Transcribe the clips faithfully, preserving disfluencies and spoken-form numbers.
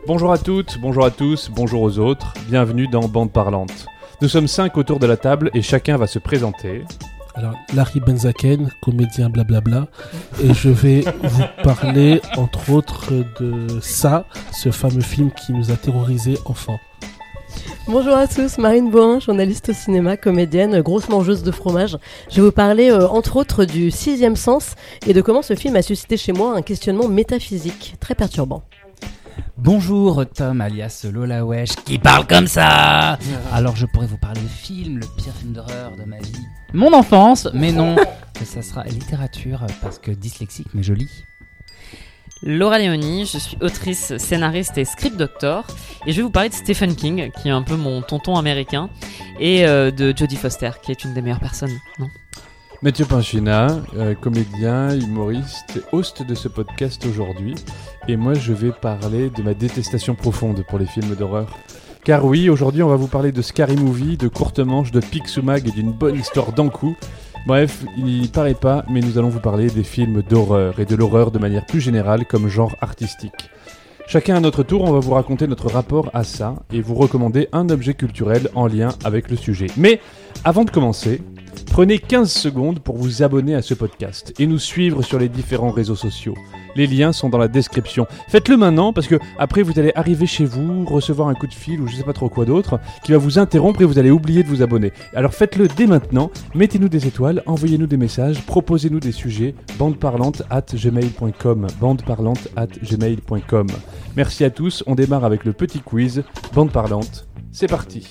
Bonjour à toutes, bonjour à tous, bonjour aux autres, bienvenue dans Bande Parlante. Nous sommes cinq autour de la table et chacun va se présenter. Alors, Larry Benzaken, comédien blablabla, et je vais vous parler entre autres de ça, ce fameux film qui nous a terrorisés enfants. Bonjour à tous, Marine Bohin, journaliste au cinéma, comédienne, grosse mangeuse de fromage. Je vais vous parler euh, entre autres du Sixième Sens et de comment ce film a suscité chez moi un questionnement métaphysique très perturbant. Bonjour Tom alias Lola Wesh qui parle comme ça. Alors je pourrais vous parler de film, le pire film d'horreur de ma vie. Mon enfance, mais non, ça sera littérature parce que dyslexique mais je lis. Laura Leoni, je suis autrice, scénariste et script doctor et je vais vous parler de Stephen King qui est un peu mon tonton américain et euh, de Jodie Foster qui est une des meilleures personnes, non ? Mathieu Pinchina, euh, comédien, humoriste, host de ce podcast aujourd'hui. Et moi, je vais parler de ma détestation profonde pour les films d'horreur. Car oui, aujourd'hui, on va vous parler de Scary Movie, de Courte Manche, de Picsou-Mag et d'une bonne histoire d'Ankou. Bref, il n'y paraît pas, mais nous allons vous parler des films d'horreur et de l'horreur de manière plus générale comme genre artistique. Chacun à notre tour, on va vous raconter notre rapport à ça et vous recommander un objet culturel en lien avec le sujet. Mais avant de commencer, prenez quinze secondes pour vous abonner à ce podcast et nous suivre sur les différents réseaux sociaux. Les liens sont dans la description. Faites-le maintenant parce que après vous allez arriver chez vous, recevoir un coup de fil ou je sais pas trop quoi d'autre qui va vous interrompre et vous allez oublier de vous abonner. Alors faites-le dès maintenant, mettez-nous des étoiles, envoyez-nous des messages, proposez-nous des sujets, bandeparlante arobase gmail point com, bandeparlante arobase gmail point com. Merci à tous, on démarre avec le petit quiz. Bande Parlante, c'est parti.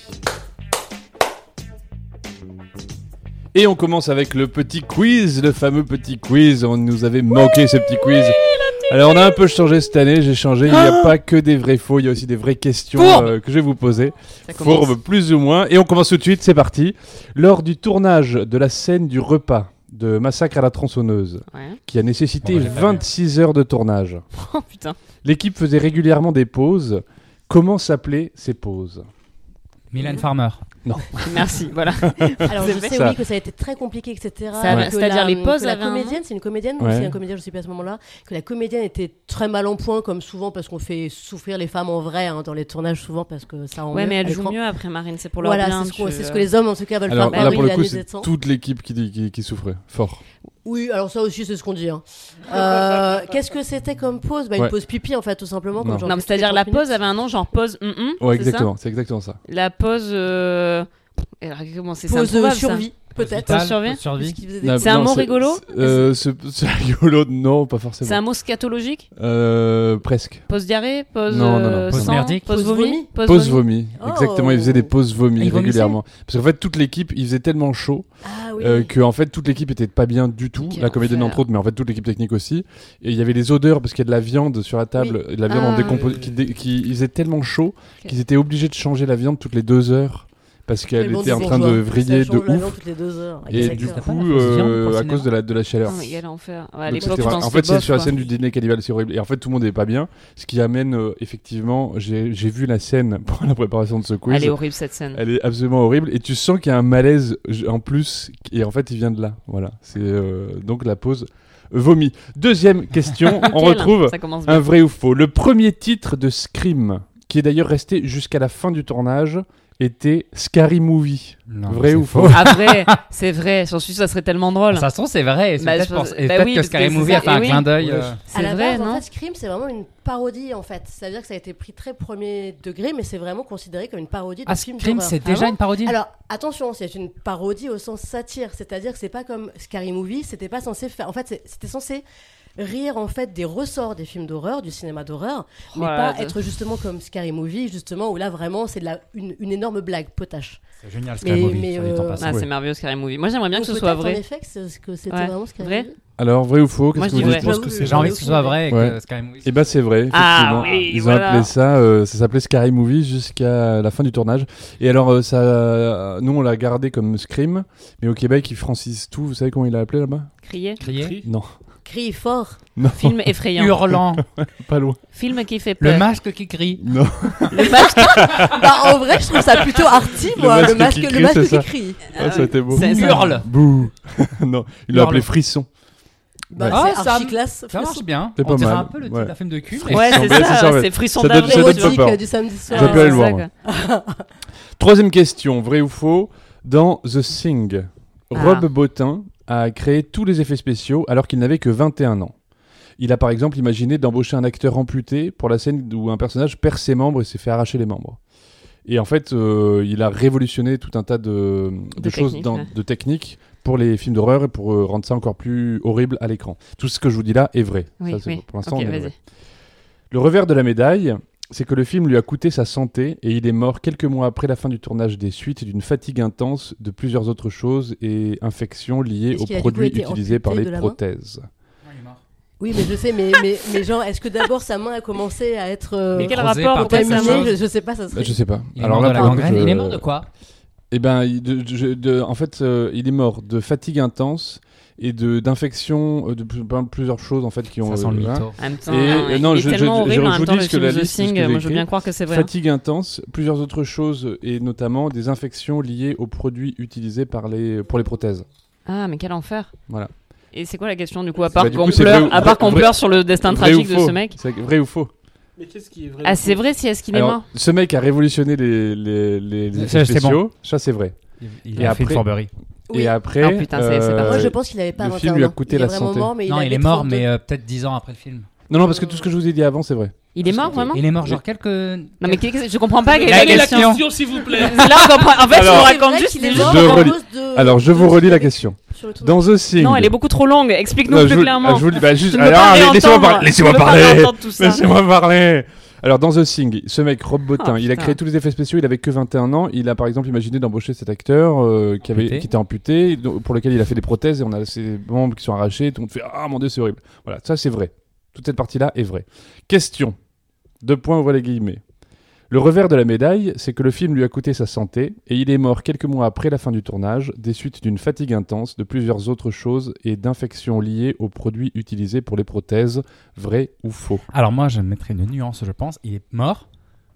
Et on commence avec le petit quiz, le fameux petit quiz. On nous avait moqué ce petit quiz. Alors on a un peu changé cette année, j'ai changé. Il n'y a pas que des vrais faux, il y a aussi des vraies questions euh, que je vais vous poser. Fourbe plus ou moins. Et on commence tout de suite, c'est parti. Lors du tournage de la scène du repas de Massacre à la tronçonneuse, ouais. qui a nécessité bon, vingt-six heures de tournage. Oh putain. L'équipe faisait régulièrement des pauses. Comment s'appelaient ces pauses ? Mylène Farmer. Non. Merci, voilà. Alors je sais ça. oui que ça a été très compliqué, et cetera. Ça, ouais. C'est-à-dire la, les pauses que la comédienne, c'est une comédienne ouais. ou c'est un comédien, je sais pas à ce moment-là, que la comédienne était très mal en point comme souvent parce qu'on fait souffrir les femmes en vrai hein, dans les tournages souvent parce que ça en ouais mieux, mais elle joue mieux après Marine, c'est pour leur voilà, bien. c'est, ce c'est ce que les hommes en tout cas veulent alors, faire. Alors là bah, pour oui, le coup c'est toute l'équipe qui, qui, qui souffrait fort. Oui, alors ça aussi c'est ce qu'on dit. Hein. Euh, qu'est-ce que c'était comme pause bah, Une ouais. pause pipi en fait tout simplement. Non, comme non c'est-à-dire la pause avait un nom genre pause. Ouais exactement, c'est exactement ça. La pause. Euh... Alors, comment c'est pause de survie, ça peut-être. Pause survie. survie. Non, c'est un non, mot c'est, rigolo c'est, euh, c'est, c'est rigolo, non, pas forcément. C'est un mot scatologique euh, Presque. Pause diarrhée, pause non, non, non, pause merdique, pause vomi. Pause, pause vomi, oh. exactement, ils faisaient des pauses vomi régulièrement. Parce qu'en fait, toute l'équipe, il faisait tellement chaud ah, oui. euh, que en fait, toute l'équipe était pas bien du tout. Quel la comédienne entre autres, mais en fait, toute l'équipe technique aussi. Et il y avait les odeurs parce qu'il y a de la viande sur la table, oui. de la viande ah, en décomposition, oui, oui. qui, qui, ils étaient tellement chaud okay. qu'ils étaient obligés de changer la viande toutes les deux heures. Parce qu'elle était en train de vriller de ouf. Et du coup, euh, à cause de la, de la chaleur. Oh, quel enfer. Ouais, Donc, c'est en fait, c'est sur la scène du dîner cannibale, c'est horrible. Et en fait, tout le monde n'est pas bien. Ce qui amène, euh, effectivement, j'ai, j'ai vu la scène pour la préparation de ce quiz. Elle est horrible, cette scène. Elle est absolument horrible. Et tu sens qu'il y a un malaise en plus. Et en fait, il vient de là. Voilà. C'est euh, donc la pause vomi. Deuxième question. On retrouve un vrai ou faux. Le premier titre de Scream, qui est d'ailleurs resté jusqu'à la fin du tournage, était Scary Movie. Non, vrai ou faux? Ah vrai, c'est vrai. J'en suis sûr, ça serait tellement drôle. Ça se trouve, c'est vrai. C'est bah, peut-être, je... pour... bah, peut-être oui, que Scary que Movie a fait un oui. clin d'œil. Ouais. Euh... C'est à la vrai, base, non en fait, Scream, c'est vraiment une parodie, en fait. C'est-à-dire que ça a été pris très premier degré, mais c'est vraiment considéré comme une parodie de ah, film Scream, d'horreur. c'est déjà une parodie. Alors, attention, c'est une parodie au sens satire. C'est-à-dire que c'est pas comme Scary Movie. C'était pas censé faire... En fait, c'était censé... rire en fait des ressorts des films d'horreur, du cinéma d'horreur, mais voilà, pas de... être justement comme Scary Movie, justement où là vraiment c'est de la, une, une énorme blague potache. C'est génial Scary Movie. Mais, euh... ah, c'est merveilleux Scary Movie. Moi j'aimerais bien Donc, que ce soit vrai. En effet, que, que c'était ouais. vraiment Scary vrai Movie. Alors vrai ou faux? Qu'est-ce Moi, que vous dites? Je pense que c'est j'ai envie que ce soit vrai. Et ouais. que Scary Movie. Et bah c'est vrai. Effectivement. Ah, oui, Ils ont voilà. appelé ça, euh, ça s'appelait Scary Movie jusqu'à la fin du tournage. Et alors euh, ça, euh, nous on l'a gardé comme Scream, mais au Québec ils francisent tout. Vous savez comment il l'a appelé là-bas? Crier. Crier. Non. Crie fort. Non. Film effrayant. Hurlant. Pas loin. Film qui fait peur. Le masque qui crie. Non. Le masque. Bah, en vrai, je trouve ça plutôt arty, moi. Le masque, le masque, le masque qui, qui crie. Ah, ça a été beau. Hurle. Bouh. Non, il l'a appelé Frisson. Bah, Ah, c'est ça archi m- classe. Ça marche bien. C'est On pas dirait mal. un peu le titre Ouais. d'un film de cul. Ouais, c'est Ouais, c'est ça, ça, ouais. c'est frisson Ça donne- ça d'avril. donne pas peur. du samedi soir. Ça peut aller c'est loin, ça, moi. quoi. Troisième question, vrai ou faux? Dans The Thing, Ah. Rob Bottin a créé tous les effets spéciaux alors qu'il n'avait que vingt et un ans. Il a par exemple imaginé d'embaucher un acteur amputé pour la scène où un personnage perd ses membres et s'est fait arracher les membres. Et en fait, euh, il a révolutionné tout un tas de, de, De choses, techniques, dans- ouais. de techniques pour les films d'horreur et pour euh, rendre ça encore plus horrible à l'écran. Tout ce que je vous dis là est vrai. Oui, Ça, c'est- oui. Pour l'instant, Ok, on est vas-y. vrai. Le revers de la médaille, c'est que le film lui a coûté sa santé et il est mort quelques mois après la fin du tournage des suites d'une fatigue intense de plusieurs autres choses et infections liées Est-ce aux qu'il a du coup produits été utilisés par amputé les de la main prothèses. Oui, mais je sais, mais, mais, mais genre, est-ce que d'abord sa main a commencé à être euh, Mais quel Creusé rapport par entre sa quelque contaminée main je, je sais pas, ça Bah, serait. je sais pas. Il est mort de la pour le coup, gangrène. je- Il est mort de quoi? Eh ben, il- de- de- de- en fait, euh, il est mort de fatigue intense et de d'infections, euh, de plus- plein- plusieurs choses en fait qui ont. Ça sent le euh, hein. mytho. En même temps, Et- il non, est je- je- tellement je- horrible je en vous même dis temps, le ce que film la The liste, ce que Thing. j'ai Moi, je veux écrit. bien croire que c'est vrai. Fatigue intense, plusieurs autres choses et notamment des infections liées aux produits utilisés par les pour les prothèses. Ah, mais quel enfer. Voilà. Et c'est quoi la question du coup, à part Bah, du qu'on coup, c'est pleure, vrai ou- à part qu'on vrai- pleure sur le destin Vrai tragique ou de faux ce mec? C'est vrai ou faux? Mais qu'est-ce qui est vrai Ah, c'est vrai si est-ce qu'il est Alors, mort? ce mec a révolutionné les les les, les Ça, effets c'est bon. spéciaux. Ça c'est vrai. Il, il Et a fait une après- fourberie. Oui. Et après, Ah, putain, c'est- c'est pas euh, Moi, je pense qu'il avait pas le vingt et film un lui a ans. coûté il la est vraiment santé. mort, mais Non, il, il est avait mort, trente-deux. mais euh, peut-être dix ans après le film. non non parce que tout ce que je vous ai dit avant c'est vrai. Il est mort vraiment? Il est mort genre quelques. Non, mais qu'est- je comprends pas quelle La est la question. question. s'il vous plaît. Là, on comprend. En fait, Alors- je vous C'est raconte vrai juste. qu'il est des- mort Je à relis. cause de- Alors je de- vous relis la question. sur le tournage. Dans The Thing. Non, elle est beaucoup trop longue. Explique-nous Non, plus je vous- clairement. ah, je vous le dis, bah, juste, Je ne veux alors, pas allez, laissez-moi réentendre. parler. Laissez-moi Je veux pas parler. réentendre tout ça. Laissez-moi parler. Alors, dans The Thing, ce mec, Rob Bottin, Oh, il a putain. créé tous les effets spéciaux, il avait que vingt et un ans. Il a par exemple imaginé d'embaucher cet acteur euh, qui, avait, Amputé. qui était amputé, do- pour lequel il a fait des prothèses et on a ses membres qui sont arrachés. Tout le monde fait ah mon dieu, c'est horrible. Voilà, ça c'est vrai. Toute cette partie-là est vraie. Question. Deux points, ouvrez les guillemets. Le revers de la médaille, c'est que le film lui a coûté sa santé et il est mort quelques mois après la fin du tournage, des suites d'une fatigue intense, de plusieurs autres choses et d'infections liées aux produits utilisés pour les prothèses. Vrai ou faux? Alors moi, je mettrais une nuance, je pense. Il est mort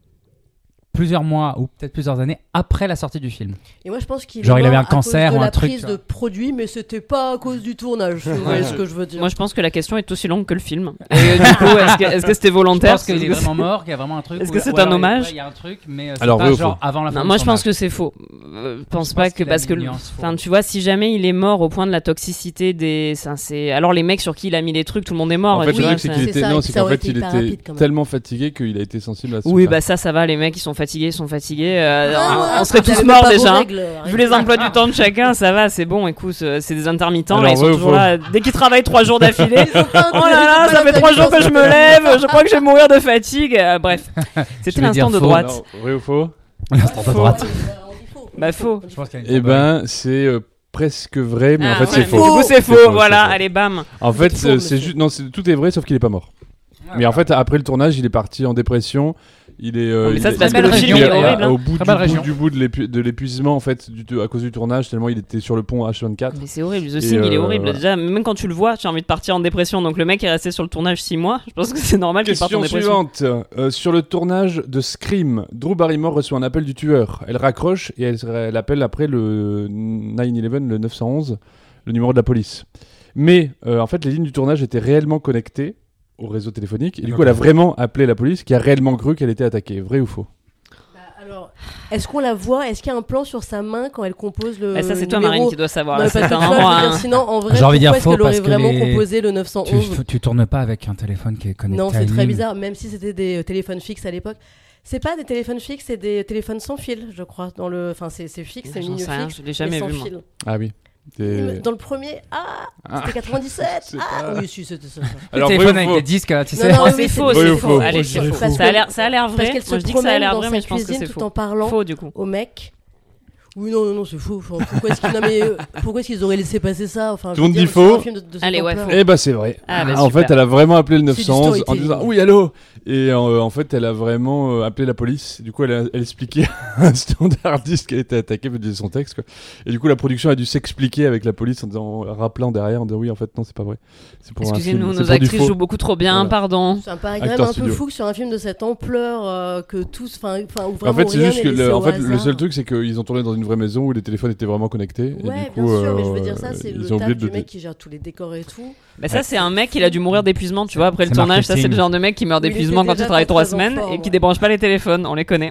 plusieurs mois ou peut-être plusieurs années après la sortie du film. Et moi, je pense qu'il Genre, est il avait mort un cancer à cause de ou un la truc, prise tu de vois. produits, mais c'était pas à cause du tournage. Vous voyez ce que je veux dire. Moi, je pense que la question est aussi longue que le film. Et euh, du coup, est-ce que est-ce que c'était Je volontaire? pense qu'il est vraiment mort, qu'il y a vraiment un truc. Est-ce où- que c'est ou un alors, hommage ouais, il y a un truc, mais euh, c'est Alors, pas vrai ou genre faux avant la fin Non, du moi je pense tournage. que c'est faux. Euh, je pense Je pas pense que qu'il a parce mis que une le- nuance faux. enfin tu vois si jamais il est mort au point de la toxicité des ça, c'est alors les mecs sur qui il a mis les trucs tout le monde est mort En et fait, tu le vois, truc, c'est ça- qu'il C'est était, ça, non, et c'est ça qu'en aurait fait, été il hyper était rapide, quand même. tellement fatigué qu'il a été sensible à ça. Oui bah ça ça va les mecs qui sont fatigués sont fatigués euh, Ah, on, on serait vous tous avez morts pas vos déjà hein. règles, Vu les arrêtez. emplois du temps de chacun ça va c'est bon écoute euh, c'est des intermittents là Alors, ils sont vrai ou toujours faux là dès qu'ils travaillent trois jours d'affilée Ils ont pas- oh ils ont là là pas ça fait trois jours que je me l'intelligence. lève je crois que je vais mourir de fatigue Euh, bref c'était vais dire l'instant de faux. droite Alors, vrai ou faux? L'instant de Faux. droite. On dit faux. Bah, faux. Je pense qu'il y a une Eh fourberie. ben, c'est euh, presque vrai, mais en Ah, fait, ouais, c'est mais faux. du coup c'est C'est faux faux, voilà c'est faux. allez bam En fait, faux, euh, c'est monsieur. juste, non, c'est- tout est vrai, sauf qu'il est pas mort. Mais en fait, après le tournage, il est parti en dépression. Il est. euh, Non, mais il ça, est- c'est parce que le film il est horrible, hein. Au bout, Très du, belle bout région. du bout de l'épu- de l'épuisement, en fait, du- de- à cause du tournage, tellement il était sur le pont H vingt-quatre. Mais c'est horrible, The Et, Thing il est euh, horrible. voilà. Déjà, même quand tu le vois, tu as envie de partir en dépression. Donc le mec est resté sur le tournage six mois. Je pense que c'est normal qu'il parte en Question dépression. suivante. Euh, sur le tournage de Scream, Drew Barrymore reçoit un appel du tueur. Elle raccroche et elle, elle appelle après le neuf un un, le neuf cent onze, le numéro de la police. Mais euh, en fait, les lignes du tournage étaient réellement connectées au réseau téléphonique. Et du coup, elle a vraiment appelé la police qui a réellement cru qu'elle était attaquée. Vrai ou faux? Bah, alors, est-ce qu'on la voit? Est-ce qu'il y a un plan sur sa main quand elle compose le. Bah, ça, c'est toi, numéro Marine, qui dois savoir. Non, Là, parce que c'est tu un vois, je roi, veux dire, hein. sinon, en vrai, J'ai envie de dire pourquoi est-ce faux qu'elle aurait parce que vraiment les- composé le neuf cent Tu, onze? tu tournes pas avec un téléphone qui est connecté Non, à c'est une très ligne. bizarre, même si c'était des euh, téléphones fixes à l'époque. C'est pas des téléphones fixes, c'est des téléphones sans fil, je crois. Dans le, enfin, c'est c'est fixe, c'est J'en ligne sais rien, fixe, je l'ai jamais mais sans vu, moi. fil. Ah oui. T'es- Dans le premier, ah, Ah. c'était quatre-vingt-dix-sept. C'est Ah, pas- oui, si, c'était ça. Le Alors, vrai téléphone ou avec faux les disques, là, tu Non, sais. non, Oh, oui, c'est c'est faux, vrai c'est ou faux. faux Allez, Moi, je c'est dirais faux. faux. Ça a l'air, ça a l'air Parce vrai. qu'elle se Moi, je dis que ça a promène l'air dans vrai, sa mais je pense que cuisine c'est tout faux. en parlant Faux, du coup. au mec. Oui, non, non, non, c'est faux. Enfin, pourquoi est-ce qu'ils non, mais, euh, pourquoi est-ce qu'ils auraient laissé passer ça? Enfin, je Tout le monde veux dit dire, sur faux. un film de- de cette Allez, ouais, ampleur. faux. Eh bah c'est vrai. Ah, bah, en super. fait, elle a vraiment appelé le neuf cent onze en storytelling. disant oui allô. Et euh, en fait, elle a vraiment euh, appelé la police. Du coup, elle, a, elle expliquait à un standardiste qu'elle était attaquée, elle disait son texte, quoi. Et du coup, la production a dû s'expliquer avec la police en disant, en rappelant derrière, en disant oui, en fait, non, c'est pas vrai. C'est pour Excusez-nous, un film. nos actrices jouent beaucoup trop bien, voilà. Pardon. Ça me paraît quand même Acteur un studio. peu fou que sur un film de cette ampleur, euh, que tous, enfin, enfin, En fait, c'est juste que le, en fait, le seul truc, c'est qu'ils ont tourné dans une vraie maison où les téléphones étaient vraiment connectés. Ouais, et du coup, bien sûr, euh, mais je veux dire ça, c'est le taf du mec qui gère tous les décors et tout. Bah ça, c'est un mec, il a dû mourir d'épuisement, tu vois, après le C'est tournage. marketing. Ça, c'est le genre de mec qui meurt d'épuisement quand il travaille trois semaines et qui débranche pas les téléphones. On les connaît.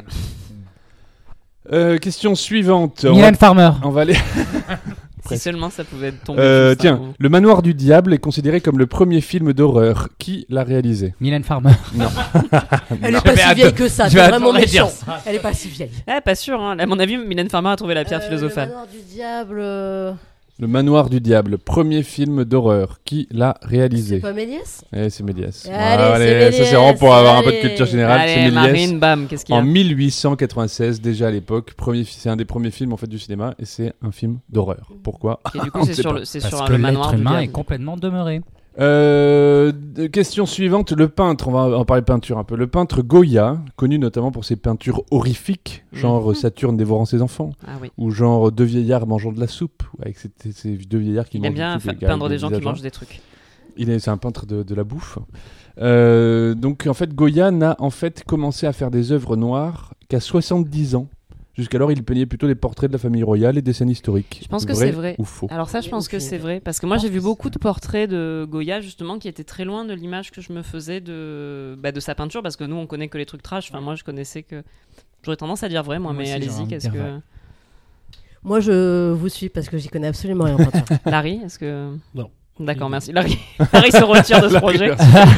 Euh, question suivante. Mylène va... Farmer. On va aller. Si seulement ça pouvait tomber. Euh, juste, tiens, hein. Le Manoir du Diable est considéré comme le premier film d'horreur. Qui l'a réalisé? Mylène Farmer. Non. Elle est pas si vieille que ça, c'est vraiment méchant. Elle est pas si vieille. Ah, pas sûr. Hein. À mon avis, Mylène Farmer a trouvé la pierre Euh, philosophale. Le Manoir du Diable. euh, Le Manoir du Diable, premier film d'horreur. Qui l'a réalisé? C'est pas Méliès? Eh, c'est Méliès. Allez, Ah, c'est ça c'est Méliès, vraiment pour avoir un peu de allez. culture générale. Allez, c'est Méliès. Marine, bam, qu'est-ce qu'il y a? En mille huit cent quatre-vingt-seize, déjà à l'époque, premier, fi- c'est un des premiers films en fait du cinéma et c'est un film d'horreur. Pourquoi? Et du On coup, c'est sait sur pas. le, c'est Parce sur que le manoir l'être du humain est diable. complètement demeuré. Euh, de- question suivante, le peintre, on va en parler peinture un peu. Le peintre Goya, connu notamment pour ses peintures horrifiques, genre Mhm. Saturne dévorant ses enfants, Ah oui. ou genre deux vieillards mangeant de la soupe, avec ces, ces deux vieillards qui Il mangent aime bien du fa- soupe et peindre avec des gens qui visages, mangent des trucs. Il est, c'est un peintre de, de la bouffe. Euh, donc en fait, Goya n'a en fait commencé à faire des œuvres noires qu'à soixante-dix ans. Jusqu'alors, il peignait plutôt des portraits de la famille royale et des scènes historiques. Je pense que c'est vrai. Ou faux? Alors ça, je pense que Ok. c'est vrai. Parce que moi, Je j'ai pense vu que beaucoup c'est de portraits de Goya, justement, qui étaient très loin de l'image que je me faisais de, bah, de sa peinture. Parce que nous, on connaît que les trucs trash. Enfin, moi, je connaissais que... J'aurais tendance à dire vrai, moi, Moi mais aussi, j'aurais allez-y, envie de qu'est-ce dire que... vrai. Moi, je vous suis parce que j'y connais absolument rien en peinture. Larry, est-ce que... Non. D'accord, merci. Larry, Larry se retire de ce projet,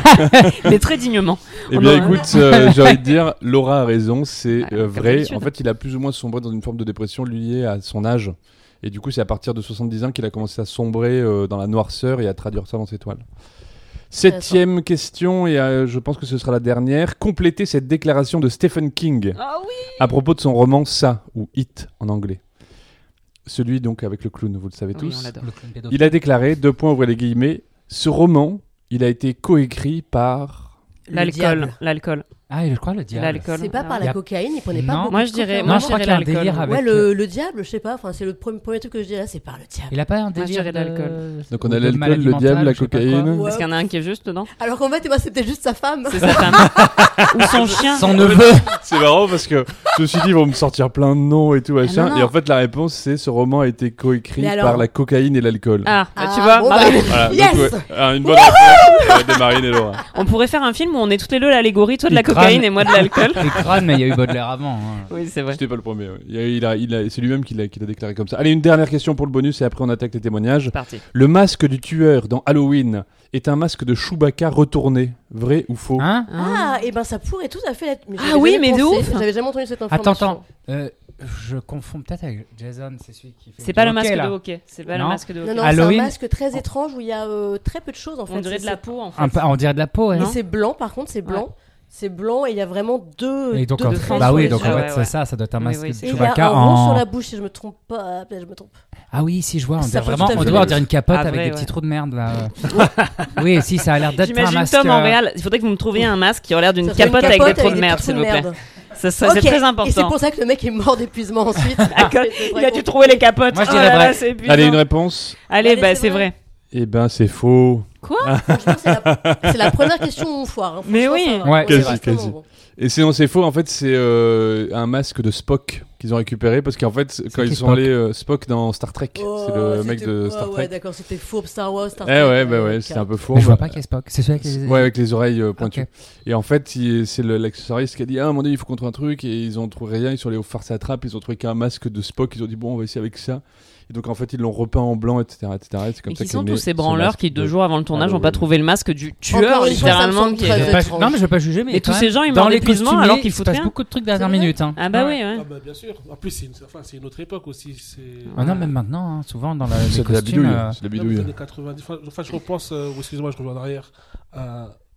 mais très dignement. Eh On bien, aura- écoute, euh, j'ai envie de dire, Laura a raison, c'est Ah, euh, comme vrai. d'habitude. En fait, il a plus ou moins sombré dans une forme de dépression liée à son âge. Et du coup, c'est à partir de soixante-dix ans qu'il a commencé à sombrer euh, dans la noirceur et à traduire ça dans ses toiles. Septième question, et euh, je pense que ce sera la dernière. Complétez cette déclaration de Stephen King Ah oui. à propos de son roman Ça, ou It en anglais. Celui donc avec le clown, vous le savez Oui, tous. on l'adore. Le clown pédophile. Il a déclaré, deux points ouvrez les guillemets, ce roman, il a été coécrit par... Le L'alcool, diable. l'alcool, Ah, je crois le diable. l'alcool. C'est pas par Y la a- cocaïne, il prenait Non. pas beaucoup Moi, de je dirais- cocaïne. moi, Non, je je crois dirais qu'il y a un l'alcool. délire avec. Ouais, le, le diable, je sais pas, enfin, c'est le premier, premier truc que je dirais, c'est par le diable. Il a pas un Moi, je délire dirais de... l'alcool. Donc on ou a de l'alcool, maladie le diable, mentale, la je sais pas quoi. cocaïne. Ouais. Est-ce qu'il y en a un qui est juste dedans? Alors qu'en fait, eh ben, c'était juste sa femme. C'est sa femme. Ou son chien. Son neveu. C'est marrant parce que je me suis dit, ils vont me sortir plein de noms et tout, machin. non, non. Et en fait, la réponse, c'est ce roman a été coécrit Mais alors par la cocaïne et l'alcool. Ah, bah, tu Ah, vois, bon, Marie, bah, Voilà, yes. donc, ouais, ah, une bonne réponse euh, de Marine et Laura. on pourrait faire un film où on est toutes les deux l'allégorie, toi de la Il crâne. cocaïne et moi de l'alcool. Et crâne, mais il y a eu Baudelaire avant. hein. Oui, c'est vrai. J'étais pas le premier. ouais. Il a, il a, il a- c'est lui-même qui l'a, qui l'a déclaré comme ça. Allez, une dernière question pour le bonus et après on attaque les témoignages. C'est parti. Le masque du tueur dans Halloween est un masque de Chewbacca retourné. Vrai ou faux? Hein Ah, et ben ça pourrait tout à fait être. Mais Ah j'avais oui, jamais mais de pensé, ouf. J'avais jamais entendu cette Attends, information. attends. Euh, je confonds peut-être avec Jason, c'est celui qui fait. C'est pas le hockey, masque là. de hockey. C'est pas le Non. masque de Non, hockey. non, c'est un Halloween. masque très étrange où il y a euh, très peu de choses en fait. On dirait C'est- de la c'est- peau en fait. Un peu, on dirait de la peau, ouais. Mais c'est blanc, par contre, c'est blanc. C'est blanc et il y a vraiment deux. Et donc, deux en traits fait, bah sur oui, les donc yeux. en Ouais, fait, ouais, c'est ouais. ça, ça doit être un Oui, masque oui, de c'est- Et il y a Chewbacca un rond en. sur la bouche si je me trompe pas. Peut-être je me trompe. Ah oui, si je vois, on Ça dirait peut vraiment, tout à on fait dirait, on être. dirait une capote Ah, avec vrai, des ouais. petits trous de merde là. Oui, si, ça a l'air d'être un J'imagine masque. Tom en euh, réel. Il faudrait que vous me trouviez un masque qui a l'air d'une Ça fait une capote avec des trous de des merde, trous s'il de vous plaît. merde. Ça, ça, c'est Ok. très Et c'est important. pour ça que le mec est mort d'épuisement ensuite. D'accord. Il a dû trouver les capotes. Moi, je Oh dirais là là, vrai. c'est épuisant. Allez, une réponse. Allez, Allez, bah c'est c'est vrai. vrai. Eh ben, c'est faux. Franchement, c'est la... c'est la première question où on foire. hein. Mais Franchement, oui. ça va. Ouais, Ouais, quasi, c'est vraiment quasi. bon. Et sinon, c'est faux. En fait, c'est euh, un masque de Spock qu'ils ont récupéré parce qu'en fait, quand qui ils sont Spock allés euh, Spock dans Star Trek, Oh, c'est le mec c'était- de ouais, Star Ouais, Trek. d'accord, c'était faux Star Wars. Star Eh Trek, ouais, bah ouais, ok. c'était un peu faux. Mais je vois pas qui est Spock. C'est celui avec les. Ouais, avec les oreilles euh, pointues. Ok. Et en fait, il- c'est le- l'accessoiriste qui a dit ah, à un moment donné, il faut qu'on trouve un truc. Et ils ont trouvé rien. Ils sont allés au farce à trappe. Ils ont trouvé qu'un masque de Spock. Ils ont dit bon, on va essayer avec ça. Et donc en fait, ils l'ont repeint en blanc, et cetera, et cetera. Et c'est comme Et ça qui qu'est sont né tous ces ce branleurs masque qui, deux de- jours avant le tournage, n'ont pas Halloween. trouvé le masque du tueur, Encore une fois, ça me littéralement. semble qui très est- Je vais pas- étrange. Non, mais je vais pas juger, mais. Et tous quand ces même, gens, ils dans meurent les d'épuisement costumiers, alors qu'ils il se foutent passe rien. beaucoup de trucs dernière C'est vrai minute. hein. Ah bah Ouais. oui, ouais. Ah bah bien sûr. En plus, c'est une, enfin, c'est une autre époque aussi. C'est Ah non, même maintenant, hein, souvent dans la, les C'est de la costumes. bidouille. euh, C'est de la dans les bidouille. années quatre-vingt-dix. Enfin, enfin, je repense, euh, ou excusez-moi, je reviens en arrière. à-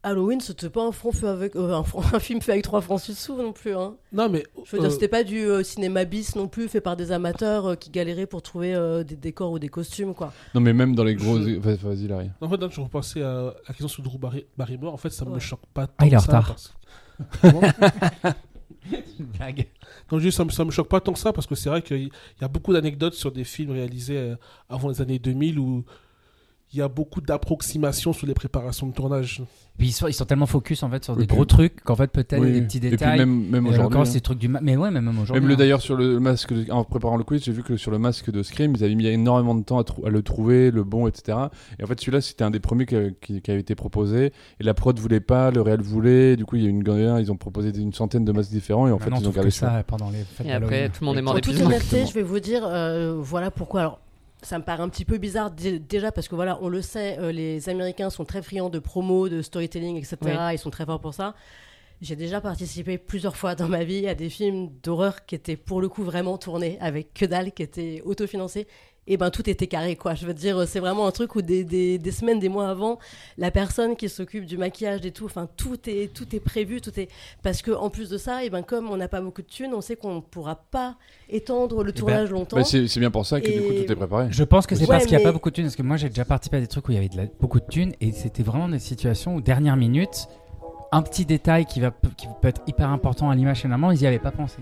Halloween, c'était pas un, franc fait avec, euh, un, franc- un film fait avec trois francs sous non plus. Hein. Non, mais. Je veux dire, euh, c'était pas du euh, cinéma bis non plus, fait par des amateurs euh, qui galéraient pour trouver euh, des décors ou des costumes, quoi. Non, mais même dans les gros. Je- Vas- Vas-y, Larry. En fait, là, je repensais à la question sur Drew Barry- Barrymore. En fait, ça me Ouais. choque pas tant Ah, il est en que ça, retard. parce- Comment Blague. Non, juste, ça me, ça me choque pas tant que ça parce que c'est vrai qu'il y y a beaucoup d'anecdotes sur des films réalisés euh, avant les années deux mille où il y a beaucoup d'approximations sur les préparations de tournage. Puis ils sont, ils sont tellement focus en fait sur Oui, des puis- gros trucs qu'en fait peut-être Oui. des petits Et puis détails. même, même Et aujourd'hui. encore hein. ces trucs du ma- mais ouais mais même aujourd'hui. Même le hein. d'ailleurs sur le masque, de- en préparant le quiz, j'ai vu que sur le masque de Scream, ils avaient mis énormément de temps à, trou- à le trouver, le bon, et cetera. Et en fait, celui-là, c'était un des premiers qui, qui- qui avait été proposé. Et la prod voulait pas, le réel voulait. Du coup, il y a une galère, ils ont proposé une centaine de masques différents. Et en fait, Maintenant, on ils ont trouve gardé que ça pendant les fêtes Et après, d'Halloween. tout le monde est En mort toute d'épuisement. honnêteté, Exactement. je vais vous dire, euh, voilà pourquoi. Alors, ça me paraît un petit peu bizarre dé- déjà parce que voilà, on le sait, euh, les Américains sont très friands de promo, de storytelling, et cetera. Ils sont très forts pour ça. J'ai déjà participé plusieurs fois dans ma vie à des films d'horreur qui étaient pour le coup vraiment tournés avec que dalle, qui étaient autofinancés. Et ben tout était carré, quoi. Je veux dire, c'est vraiment un truc où des, des, des semaines, des mois avant, la personne qui s'occupe du maquillage et tout, enfin tout est tout est prévu, tout est parce que en plus de ça, et ben comme on n'a pas beaucoup de thunes, on sait qu'on ne pourra pas étendre le ben, tournage longtemps. Bah, c'est c'est bien pour ça que du coup, Et- tout est préparé. Je pense que c'est Ouais, parce qu'il n'y a mais- pas beaucoup de thunes. Parce que moi, j'ai déjà participé à des trucs où il y avait de la- beaucoup de thunes. Et c'était vraiment des situations où, dernière minute, un petit détail qui, va, qui peut être hyper important à l'image, finalement, ils n'y avaient pas pensé.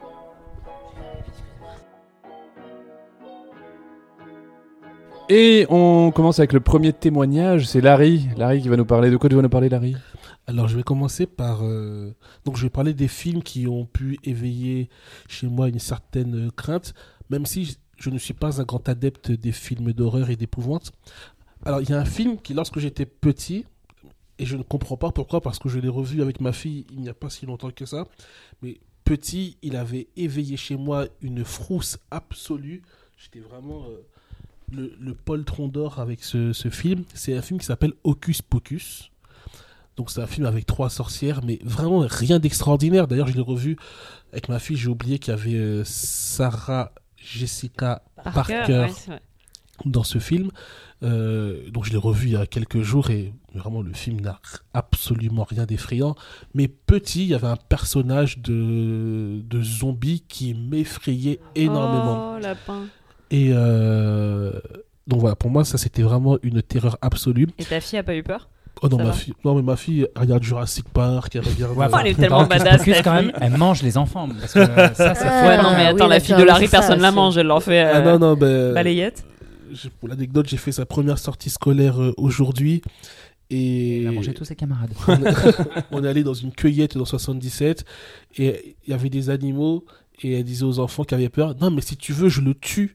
Et on commence avec le premier témoignage. C'est Larry. Larry qui va nous parler. De quoi tu vas nous parler, Larry? Alors, je vais commencer par. euh, Donc, je vais parler des films qui ont pu éveiller chez moi une certaine euh, crainte, même si je- je ne suis pas un grand adepte des films d'horreur et d'épouvante. Alors, il y a un film qui, lorsque j'étais petit, et je ne comprends pas pourquoi, parce que je l'ai revu avec ma fille il n'y a pas si longtemps que ça, mais petit, il avait éveillé chez moi une frousse absolue. J'étais vraiment euh, le, le poltron d'or avec ce, ce film. C'est un film qui s'appelle Hocus Pocus. Donc c'est un film avec trois sorcières, mais vraiment rien d'extraordinaire. D'ailleurs, je l'ai revu avec ma fille, j'ai oublié qu'il y avait euh, Sarah Jessica Parker, ouais, c'est vrai. dans ce film. Euh, donc je l'ai revu il y a quelques jours et vraiment le film n'a absolument rien d'effrayant. Mais petit, il y avait un personnage de, de zombie qui m'effrayait énormément. Oh, lapin. Et euh, donc voilà, pour moi, ça c'était vraiment une terreur absolue. Et ta fille a pas eu peur? Oh non, Ça ma va fille, non mais ma fille elle regarde Jurassic Park, elle regarde. Ouais, Oh, elle est tellement dans Hocus badass, Pocus, ta quand fille. même, elle mange les enfants. Parce que euh, ça, c'est Ah, Ouais, non, mais attends, oui, la fille de d'accord, Larry, c'est ça, personne la c'est- mange. Elle leur fait Ah euh, non non, ben balayette. j'ai- pour l'anecdote, j'ai fait sa première sortie scolaire euh, aujourd'hui et Elle a mangé tous ses camarades. on, on est allé dans une cueillette dans soixante-dix-sept et il y avait des animaux et elle disait aux enfants qui avaient peur, non mais si tu veux je le tue.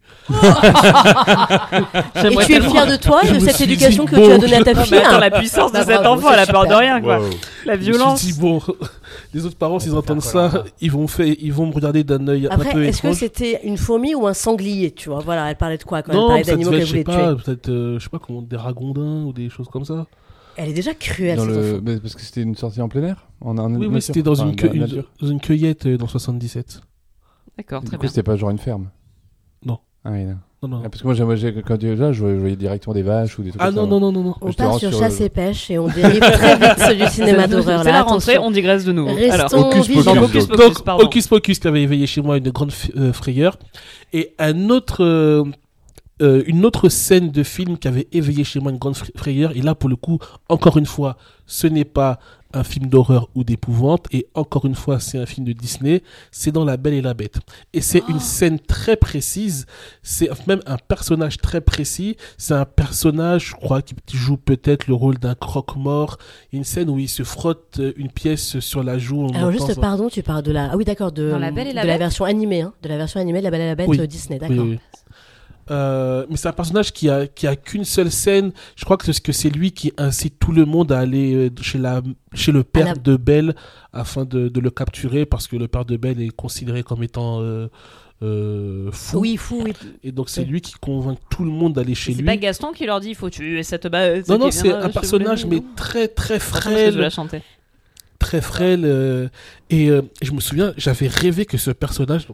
Et J'aimerais tu es tellement- fier de toi, Je de me cette suis éducation dit, que tu as bon, donnée à ta Non, fille. mais attends, la puissance de Bah, cet bravo, enfant, elle a c'est peur de super. rien, quoi. Wow. La Je me suis violence. dit, bon, les autres parents s'ils entendent ça, ils vont, faire, ils vont me regarder d'un œil un Après, peu est-ce que étrange. c'était une fourmi ou un sanglier, tu vois? Voilà, elle parlait de quoi quand elle Non, parlait ça d'animaux devait qu'elle être, je sais voulait pas, tuer? peut-être, euh, je sais pas comment, des ragondins ou des choses comme ça. Elle est déjà cruelle, Dans cette le... enfant. mais parce que c'était une sortie en plein air en, en Oui, oui, nature c'était dans, Enfin, une, cueille- dans la nature. dans une cueillette euh, dans soixante-dix-sept. D'accord, Du très coup, bien. c'était pas genre une ferme? Non. Ah oui, non. Non, non. Ah, parce que moi, j'ai- j'ai- quand tu là, je voyais je voyais directement des vaches ou des trucs Ah comme ça. non, non, non, non, non. On Je te part rends sur sur chasse le- et pêche et on dérive très vite du cinéma d'horreur. C'est là, la rentrée, attention. on digresse de nouveau. Restons Alors, Hocus vigilants. Pocus. Hocus Donc, Pocus, Donc, pardon. Hocus Pocus qui avait éveillé chez moi une grande f- euh, frayeur. Et un autre, euh, euh, une autre scène de film qui avait éveillé chez moi une grande fr- frayeur. Et là, pour le coup, encore une fois, ce n'est pas un film d'horreur ou d'épouvante. Et encore une fois, c'est un film de Disney. C'est dans La Belle et la Bête. Et c'est une scène très précise. C'est même un personnage très précis. C'est un personnage, je crois, qui joue peut-être le rôle d'un croque-mort. Une scène où il se frotte euh, une pièce sur la joue. en Alors montant juste, ça. pardon, tu parles de la... Ah oui, d'accord, de, Dans La Belle et la de la Bête version animée, hein, de la version animée de La Belle et la Bête Oui. euh, Disney, Oui, d'accord. oui. Euh, mais c'est un personnage qui a, qui a qu'une seule scène. Je crois que c'est, que c'est lui qui incite tout le monde à aller euh, chez, la, chez le père la- de Belle afin de, de le capturer parce que le père de Belle est considéré comme étant euh, euh, fou. Oui, fou, oui. Et donc c'est Oui. lui qui convainc tout le monde d'aller chez c'est lui. pas Gaston qui leur dit il faut tuer cette bête. Non, non, qui c'est viendra un chez personnage vous, mais non très très Attends, parce que je vais frêle. la chanter. Très frêle. euh, et euh, je me souviens, j'avais rêvé que ce personnage... donc,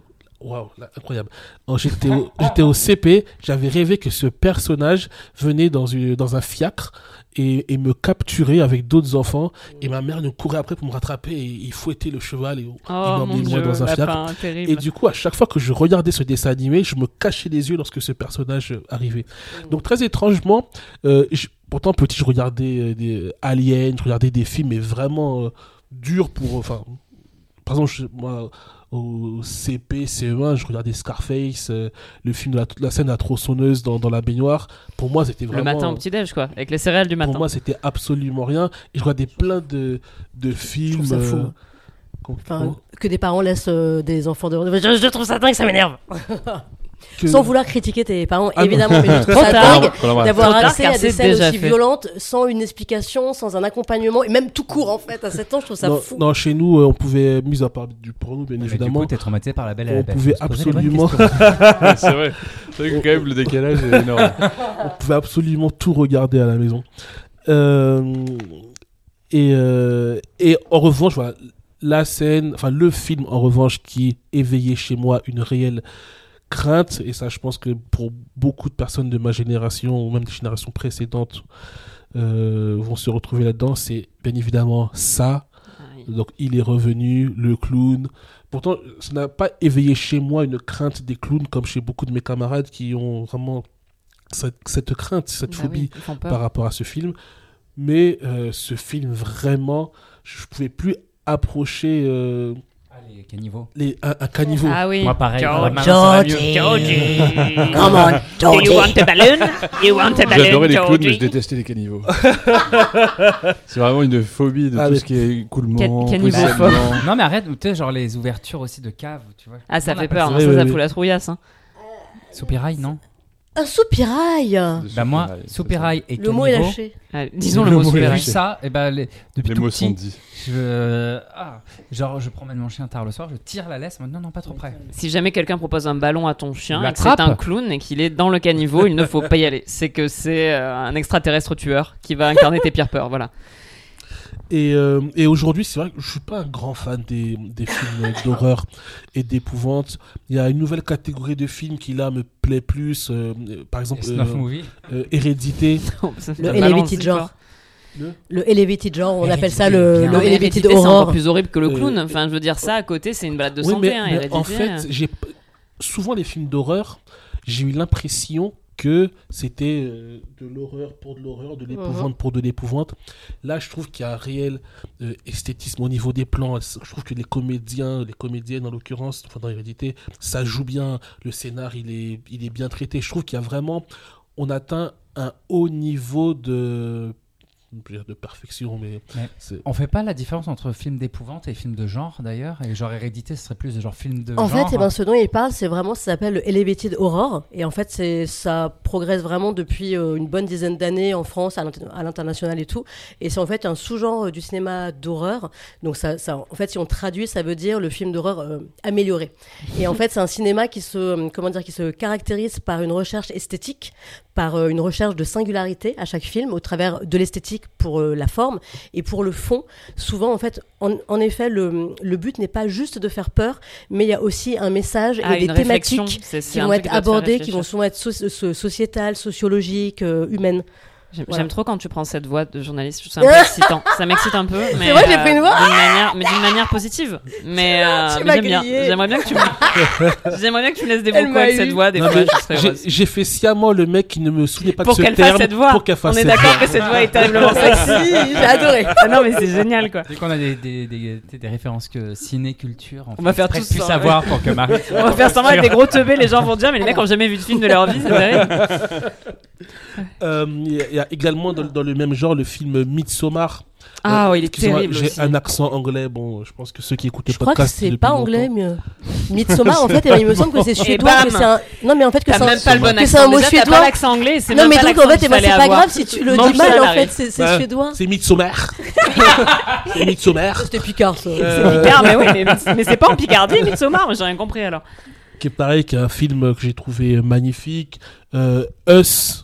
Waouh, là, incroyable. Alors, j'étais, au, j'étais au C P, j'avais rêvé que ce personnage venait dans, une, dans un fiacre et, et me capturer avec d'autres enfants. Et ma mère nous courait après pour me rattraper et il fouettait le cheval et Oh il mon m'emmenait loin dieu, dans un fiacre. lapin, terrible. Et du coup, à chaque fois que je regardais ce dessin animé, je me cachais les yeux lorsque ce personnage euh, arrivait. Donc, très étrangement, euh, je, pourtant, petit, je regardais euh, des Aliens, je regardais des films, mais vraiment euh, durs pour... Enfin, par exemple, je, moi, au C P, C E un, je regardais Scarface, euh, le film de la, la scène de la tronçonneuse dans, dans la baignoire. Pour moi, c'était vraiment... Le matin au petit-déj, quoi, avec les céréales du matin. Pour moi, c'était absolument rien. Et je regardais plein de, de films... Je trouve ça fou. euh, qu'on- Enfin, que des parents laissent euh, des enfants dehors. Je, je trouve ça dingue, ça m'énerve. que- Sans vouloir critiquer tes parents, Ah non. évidemment, mais je trouve Trop ça tard. dingue Qu'on l'embrasse. d'avoir Trop tard, accès car à c'est des scènes déjà aussi fait. violentes sans une explication, sans un accompagnement, et même tout court en fait. À sept ans, je trouve ça non, fou. non, chez nous, euh, on pouvait, mis à part du porno, bien Mais du évidemment, coup, t'es traumatisé par la belle et la on bête. pouvait Faut se poser les bonnes absolument... questions. C'est vrai. C'est vrai que quand même le décalage est énorme. on pouvait absolument tout regarder à la maison. Euh, et, euh, et en revanche, voilà, la scène, enfin le film en revanche qui éveillait chez moi une réelle crainte, et ça je pense que pour beaucoup de personnes de ma génération ou même des générations précédentes euh, vont se retrouver là-dedans, c'est bien évidemment ça. Donc il est revenu, le clown. Pourtant, ça n'a pas éveillé chez moi une crainte des clowns comme chez beaucoup de mes camarades qui ont vraiment cette, cette crainte, cette Bah phobie oui, ils font peur. par rapport à ce film. Mais euh, ce film, vraiment, je ne pouvais plus approcher euh, Allez, caniveau. les, un, un caniveau. Ah oui. Moi, pareil. George. Ouais, maintenant, ça va mieux. Georgie. Come on, Do you want a balloon? You want a balloon, J'adorais les clowns, mais Georgie? je détestais les caniveaux. C'est vraiment une phobie de Ah, tout mais- ce qui est écoulement, Can- caniveau positionnement. Non, mais arrête, tu sais, genre les ouvertures aussi de caves, tu vois. Ah, ça On fait appelle peur, ça. hein, Oui, ça, oui, ça oui. fout la trouillasse. Hein. Soupirail, non Un soupirail. De Bah, moi, soupirail, soupirail et Le mot est caniveau. lâché. Allez, disons le, Le mot mot est J'ai vu soupirail. lâché. ça, et ben les- depuis Les tout mots petit, sont dits. je, ah, genre je promène mon chien tard le soir, je tire la laisse, non, non, pas trop près. Si jamais quelqu'un propose un ballon à ton chien Tu et que c'est l'attrapes. un clown et qu'il est dans le caniveau, il ne faut pas y aller. C'est que c'est euh, un extraterrestre tueur qui va incarner tes pires peurs. Voilà. Et, euh, et aujourd'hui, c'est vrai que je suis pas un grand fan des, des films d'horreur et d'épouvante. Il y a une nouvelle catégorie de films qui là me plaît plus. euh, par exemple, Snuff euh, movie. euh, Hérédité. Ça Le balance elevated si genre. fort. Le- Le elevated genre, on appelle ça Hérédité, le, bien. le Non, mais elevated Hérédité, c'est encore horror. plus horrible que le Euh, clown. Enfin, je veux dire, ça à côté, c'est une balade de Oui, santé. mais, hein, mais Hérédité. en fait, j'ai p- souvent les films d'horreur, j'ai eu l'impression que c'était euh, de l'horreur pour de l'horreur, de l'épouvante pour de l'épouvante. Là, je trouve qu'il y a un réel euh, esthétisme au niveau des plans. Je trouve que les comédiens, les comédiennes en l'occurrence, enfin dans Hérédité, ça joue bien. Le scénar, il est, il est bien traité. Je trouve qu'il y a vraiment, on atteint un haut niveau de, je veux dire de perfection, mais, Mais c'est- On fait pas la différence entre film d'épouvante et film de genre d'ailleurs, et genre Hérédité, ce serait plus de genre film de En genre. fait, eh ben, ce dont il parle, c'est vraiment, ça s'appelle le elevated horror. Et en fait, c'est, ça progresse vraiment depuis euh, une bonne dizaine d'années en France, à, l'inter- à l'international et tout. Et c'est en fait un sous-genre euh, du cinéma d'horreur. Donc, ça, ça, en fait, si on traduit, ça veut dire le film d'horreur euh, amélioré. Et en fait, c'est un cinéma qui se, euh, comment dire, qui se caractérise par une recherche esthétique, par euh, une recherche de singularité à chaque film, au travers de l'esthétique pour euh, la forme et pour le fond. Souvent, en fait, en, en effet, le, le but n'est pas juste de faire peur, mais il y a aussi un message Ah, et une des réflexion. thématiques C'est- c'est qui un vont truc être qui doit te faire abordées, qui réfléchir. vont souvent être so- so- sociétales, sociologiques, euh, humaines. J'aime Voilà. j'aime trop quand tu prends cette voix de journaliste. Je trouve ça un peu excitant. Ça m'excite un peu. Mais, vrai, j'ai pris une voix. D'une manière, mais d'une manière positive. Mais, euh, Tu mais m'as j'aime bien. grillé. J'aimerais bien que tu me, j'aimerais bien que tu me laisses Elle débrouiller m'a avec eu. cette voix. Des Non, fois, mais je serais j'ai, heureuse. j'ai fait sciemment le mec qui ne me souvenait pas Pour de ce qu'elle fasse terme cette voix. pour qu'elle fasse On est cette d'accord voix. que cette voix est terriblement sexy. J'ai adoré. Ah non, mais c'est génial, quoi. Dès qu'on a des, des, des, des, des références que ciné-culture, On va faire tout tout plus ça, savoir pour que Marie. On va faire semblant avec des gros teubés. Les gens vont dire, mais les mecs ont jamais vu de film de leur vie. C'est terrible. Euh, Il y, a- il y a également dans, dans le même genre le film Midsommar. Ah, Euh, ouais, il est excusez-moi, terrible J'ai aussi. un accent anglais. Bon, je pense que ceux qui écoutent le Je crois que podcast. c'est depuis pas longtemps- anglais, mieux. Midsommar, en fait, eh ben, il me semble que c'est suédois. bam. Que c'est un... Non, mais en fait, que T'as c'est un... même pas le bon que c'est accent. un mot Déjà, t'as suédois. pas l'accent anglais. C'est Non, même mais pas donc, en l'accent fait, qu'il eh ben, fallait c'est pas avoir. grave si tu le Mange dis mal, ça, en Larry. fait, c'est c'est Ouais. suédois. C'est Midsommar. C'est Midsommar. C'était Picard, ça. Euh, Picard, mais oui, mais, mais c'est pas en Picardie, Midsommar. Moi, j'ai rien compris alors. qui est pareil, qui est un film que j'ai trouvé magnifique. Euh, Us,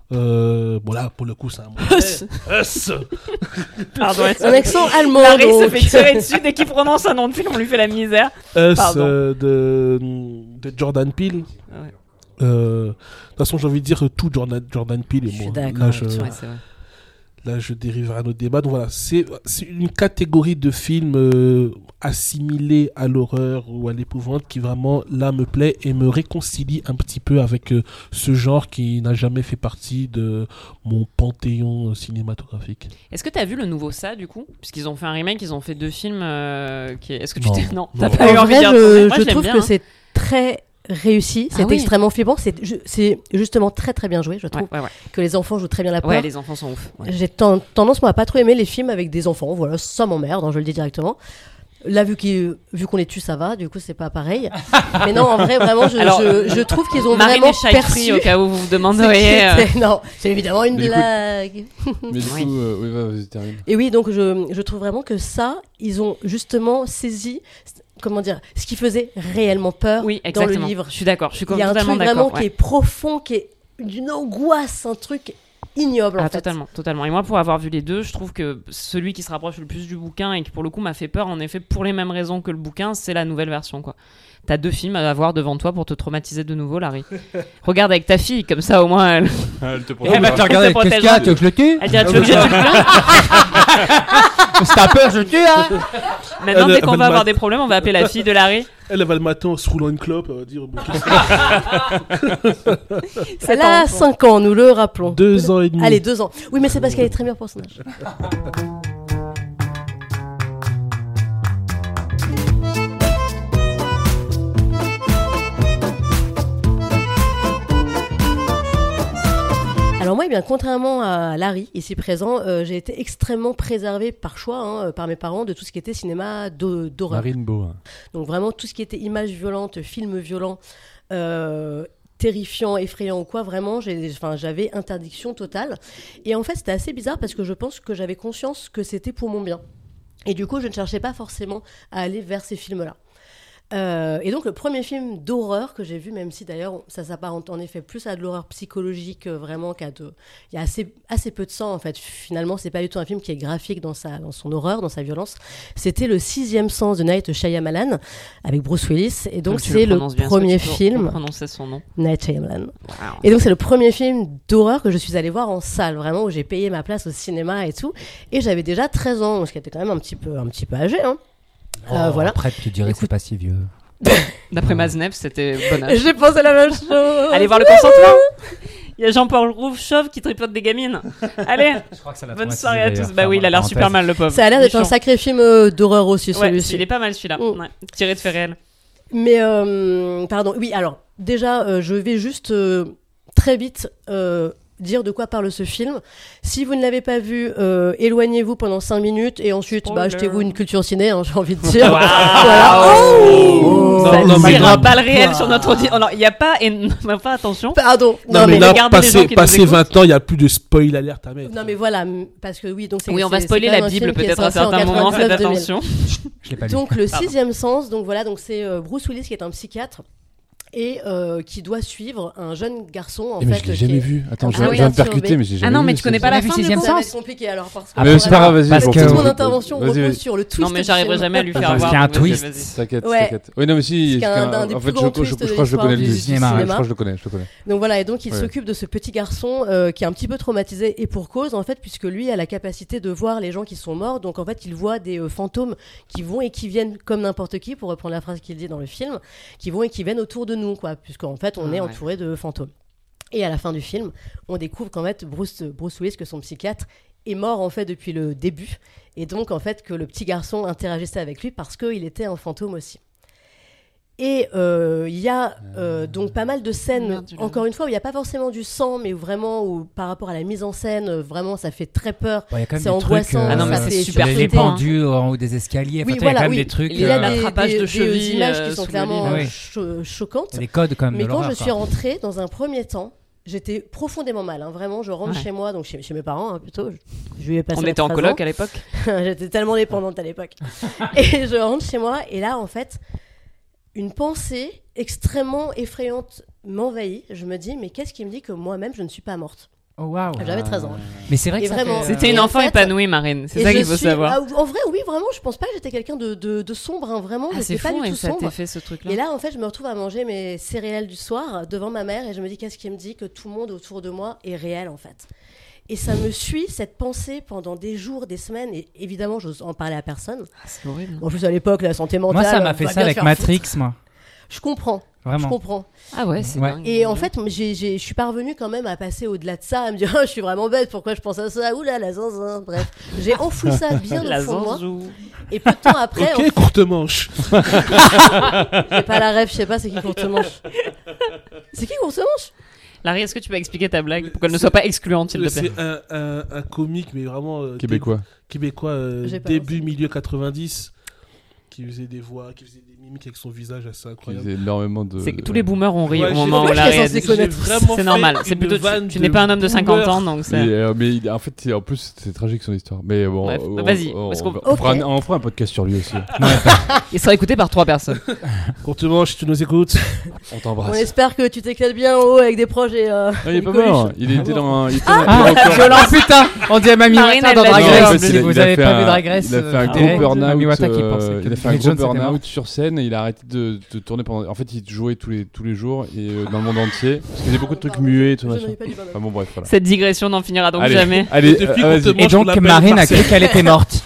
Euh, bon là, pour le coup, c'est un mot. Us. Us. Pardon, Un accent allemand. Larry se donc. fait tirer dessus dès qu'il prononce un nom de film, on lui fait la misère. Us Pardon. euh, de, de Jordan Peele. Ouais. Euh, de toute façon, j'ai envie de dire tout Jordan, Jordan Peele. Je Et suis bon, d'accord là, avec je, toi. Ouais, c'est vrai. là, je dériverai à notre débat. Donc voilà, c'est, c'est une catégorie de films euh, assimilés à l'horreur ou à l'épouvante qui vraiment, là, me plaît et me réconcilie un petit peu avec euh, ce genre qui n'a jamais fait partie de mon panthéon euh, cinématographique. Est-ce que t'as vu le nouveau ça du coup? Puisqu'ils ont fait un remake, ils ont fait deux films. euh, qui... Est-ce que tu Non. t'es. Non, Non. t'as pas eu En envie vrai, d'y je, retourner? Moi, je je l'aime trouve bien, que hein. c'est très réussi, c'est Ah oui. extrêmement flippant, c'est, ju- c'est justement très très bien joué, je trouve, Ouais, ouais, ouais. que les enfants jouent très bien la peur. Ouais, les enfants sont ouf. Ouais. J'ai ten- tendance, moi, à pas trop aimer les films avec des enfants, voilà, ça m'emmerde, hein, je le dis directement. Là, vu, qu'il- vu qu'on les tue, ça va, du coup, c'est pas pareil. Mais non, en vrai, vraiment, je, Alors, je, je trouve qu'ils ont Marine vraiment et Shai Free, perçu... au cas où vous vous ce qui demanderiez. euh, était- Non, c'est évidemment une Mais du coup- blague. Mais du Oui. coup, euh, oui, va, vas-y, termine. Et oui, donc je, je trouve vraiment que ça, ils ont justement saisi, comment dire, ce qui faisait réellement peur Oui, dans exactement. le livre. Je suis d'accord. Je suis Il y a un totalement truc vraiment d'accord. qui est profond, qui est d'une angoisse, un truc ignoble en Ah, fait. totalement, totalement. Et moi, pour avoir vu les deux, je trouve que celui qui se rapproche le plus du bouquin et qui, pour le coup, m'a fait peur, en effet, pour les mêmes raisons que le bouquin, c'est la nouvelle version, quoi. T'as deux films à avoir devant toi pour te traumatiser de nouveau, Larry. Regarde avec ta fille, comme ça, au moins, elle, Elle te Et elle va te regarder avec Qu'est-ce qu'il y a? Tu veux que je le tue? elle dira, tu veux que je te le plains? Si t'as peur, je le tue, hein. Maintenant, Elle- dès qu'on elle va va avoir le des problèmes, on va appeler la fille de Larry. Elle, elle va le matin en se roulant une clope, elle va dire bon, qu'est-ce que Elle a cinq ans, nous le rappelons. deux ans et demi. Allez, deux ans. Oui, mais c'est parce qu'elle est très bien pour son âge. Alors moi, eh bien, contrairement à Larry, ici présent, euh, j'ai été extrêmement préservée par choix, hein, par mes parents, de tout ce qui était cinéma d'hor- d'horreur. Marine Beau. hein. Donc vraiment tout ce qui était images violentes, films violents, euh, terrifiants, effrayants ou quoi, vraiment, j'ai, enfin, j'avais interdiction totale. Et en fait, c'était assez bizarre parce que je pense que j'avais conscience que c'était pour mon bien. Et du coup, je ne cherchais pas forcément à aller vers ces films-là. Euh, et donc le premier film d'horreur que j'ai vu, même si d'ailleurs ça s'apparente en effet plus à de l'horreur psychologique euh, vraiment qu'à de, il y a assez assez peu de sang en fait. Finalement, c'est pas du tout un film qui est graphique dans sa dans son horreur, dans sa violence. C'était Le Sixième Sens de Night Shyamalan avec Bruce Willis. Et donc Comme tu c'est le prononces bien, premier est-ce que tu peux film prononcer son nom. Night Shyamalan. Wow. Et donc c'est le premier film d'horreur que je suis allée voir en salle, vraiment où j'ai payé ma place au cinéma et tout. Et j'avais déjà treize ans, ce qui était quand même un petit peu un petit peu âgé, hein. Euh, voilà. Après, tu dirais que c'est pas si vieux. D'après Maznev, c'était bon âge. J'ai pensé la même chose. Allez voir le consentement. Il y a Jean-Paul Rouve chauve qui tripote des gamines. Allez, Je crois que ça l'a bonne traumatisé, soirée à d'ailleurs. tous. Bah oui, il a l'air super mal, le pauvre. Ça a l'air d'être un Méchant. sacré film euh, d'horreur aussi, Ouais, celui-ci. il est pas mal celui-là. Mm. Ouais. Tiré de faits réels. Mais, euh, pardon, oui, alors, déjà, euh, je vais juste euh, très vite euh, dire de quoi parle ce film. Si vous ne l'avez pas vu, euh, éloignez-vous pendant cinq minutes et ensuite, bah, Spoiler. achetez-vous une culture ciné, hein, j'ai envie de dire. Waouh. Voilà. Oh Non, non, mais Tire là- un balle réel sur notre audience. Alors, il n'y a pas, et même pas attention. Pardon. Non, mais là, regardez les gens passé, qui nous passé écoutent. vingt ans, il n'y a plus de spoil alerte à mettre. Non mais voilà, m- parce que oui, donc c'est Oui, on va c'est- spoiler c'est quand la même un Bible film qui est peut-être à sorti en certains moments. Faites quatre-vingt-dix-neuf deux mille. attention. Je l'ai pas lu. Donc le Pardon. sixième sens, donc voilà, donc c'est euh, Bruce Willis qui est un psychiatre et euh, qui doit suivre un jeune garçon en Eh, mais fait. je l'ai qui jamais est- vu. Attends, je Ah je oui, viens de perturbé. percuter, mais j'ai jamais Ah non, vu, mais tu c'est- connais pas T'as la vu fin Sixième du coup Ça va Sens. être compliqué alors parce que Ah, mais c'est pas grave, vas-y. Parce je que- m'en toute fous. mon intervention Vas-y, repose vas-y. sur le twist. Non, mais du j'arriverai film. jamais à lui faire Parce voir. qu'il y a un donc vas-y, twist. vas-y. T'inquiète, Ouais. t'inquiète. Oui, non, mais si. C'est parce un- qu'un- d'un des En plus fait, je grands je- je twists de crois que je le connais le l'histoire plus. du cinéma, Ouais, cinéma. Je crois que je le connais, je le connais. Donc voilà, et donc il Ouais. s'occupe de ce petit garçon euh, qui est un petit peu traumatisé et pour cause en fait, puisque lui a la capacité de voir les gens qui sont morts. Donc en fait, il voit des euh, fantômes qui vont et qui viennent comme n'importe qui, pour reprendre la phrase qu'il dit dans le film, qui vont et qui viennent autour de nous, quoi, puisqu'en fait, on Ah est ouais. entouré de fantômes. Et à la fin du film, on découvre qu'en fait, Bruce, Bruce Willis, que son psychiatre, est mort en fait depuis le début. Et donc en fait, que le petit garçon interagissait avec lui parce qu'il était un fantôme aussi. Et euh, il y a euh, donc pas mal de scènes, Merde, tu l'as encore une fois, où il n'y a pas forcément du sang, mais où vraiment, où, par rapport à la mise en scène, euh, vraiment, ça fait très peur. Bon, il y a quand même C'est des angoissant, trucs, Ah non, mais ça c'est fait super les, les flippant, hein. pendus en haut des escaliers. Enfin, Oui, tu vois, il y a voilà, quand même oui. des trucs. Il y a euh, des, l'attrapage des- de des cheville, images euh, qui sont sous le clairement lit, ouais. cho- choquantes. Il y a des codes quand même Mais de quand l'horreur. je suis quoi. rentrée, dans un premier temps, j'étais profondément mal. Hein. Vraiment, je rentre Ouais. chez moi, donc chez, chez mes parents hein, plutôt. Je, je lui ai passé On mes était en treize coloc ans. à l'époque. J'étais tellement dépendante à l'époque. Et je rentre chez moi, et là, en fait, une pensée extrêmement effrayante m'envahit. Je me dis, mais qu'est-ce qui me dit que moi-même, je ne suis pas morte ? Oh waouh. J'avais treize ans. Mais c'est vrai que Et ça vraiment, fait, euh, C'était Et une en enfant fait- épanouie, Marine. C'est Et ça je qu'il faut suis- savoir. Ah, en vrai, oui, vraiment, je pense pas que j'étais quelqu'un de, de, de sombre, hein, vraiment. Ah, j'étais c'est pas fou, du et tout ça sombre. t'a fait ce truc-là. Et là, en fait, je me retrouve à manger mes céréales du soir devant ma mère et je me dis qu'est-ce qui me dit que tout le monde autour de moi est réel, en fait. Et ça me suit, cette pensée, pendant des jours, des semaines. Et évidemment, j'ose en parler à personne. Ah, c'est horrible. En plus, à l'époque, la santé mentale. moi ça m'a on fait va ça bien avec se faire Matrix, foutre. moi. Je comprends. Je Vraiment. comprends. Ah ouais, c'est Ouais. dingue. Et en fait, j'ai, j'ai, je suis parvenue quand même à passer au-delà de ça, à me dire, oh, je suis vraiment bête, pourquoi je pense à ça? Oula, la zinzin. Bref, j'ai enfoui ça bien la au fond de moi. zanzou. Et peu de temps après, Ok, courte manche. en- j'ai pas la rêve, je sais pas, c'est qui courte manche. C'est qui courte manche? Larry, est-ce que tu peux expliquer ta blague pour qu'elle ne soit pas excluante, s'il te plaît? C'est un, un, un comique, mais vraiment. euh, Québécois. dé- Québécois, euh, J'ai pas début, lancé. milieu quatre-vingt-dix, qui faisait des voix, qui faisait des mimiques avec son visage assez Qui incroyable. faisait énormément de. C'est que tous les boomers ont ri Ouais, au j'ai- moment Moi, où je Larry suis a censée dit. connaître. J'ai vraiment C'est fait normal, c'est une plutôt. Tu, vanne tu n'es pas un homme de cinquante boomer. ans, donc Et, c'est. euh, mais il- en fait, c'est- en plus, c'est tragique son histoire. Mais bon, Bref, on, bah, vas-y, on, parce on, qu'on- on fera Ok. un, on fera un podcast sur lui aussi. Il sera écouté par trois personnes. Courte manche, si tu nous écoutes. On On t'embrasse. espère que tu t'éclades bien en haut avec des projets. Euh, Ah, il est pas Coluche. mort. Il était dans. Il était Ah, il est encore- Violent putain. On dit à Mamie Marine, Wata elle dans l'a Drag dit. Non, en Race. fait, Si il a- vous il a avez fait pas un- vu Drag Race, il a fait un euh, gros Mamie burn-out. Wata qui pensait euh, que Il a fait un Johnny gros Jones était mort. burn-out sur scène et il a arrêté de, de tourner pendant. En fait, il jouait tous les tous les jours et euh, dans le monde entier parce qu'il faisait beaucoup de trucs Pardon, muets et tout je machin. n'avais pas dit pardon. Enfin bon, bref, voilà. Cette digression n'en finira donc Allez, jamais. allez, Depuis euh, qu'on vas-y. te Et mange, donc on l'appelle Marine a Marcel. cru qu'elle était morte.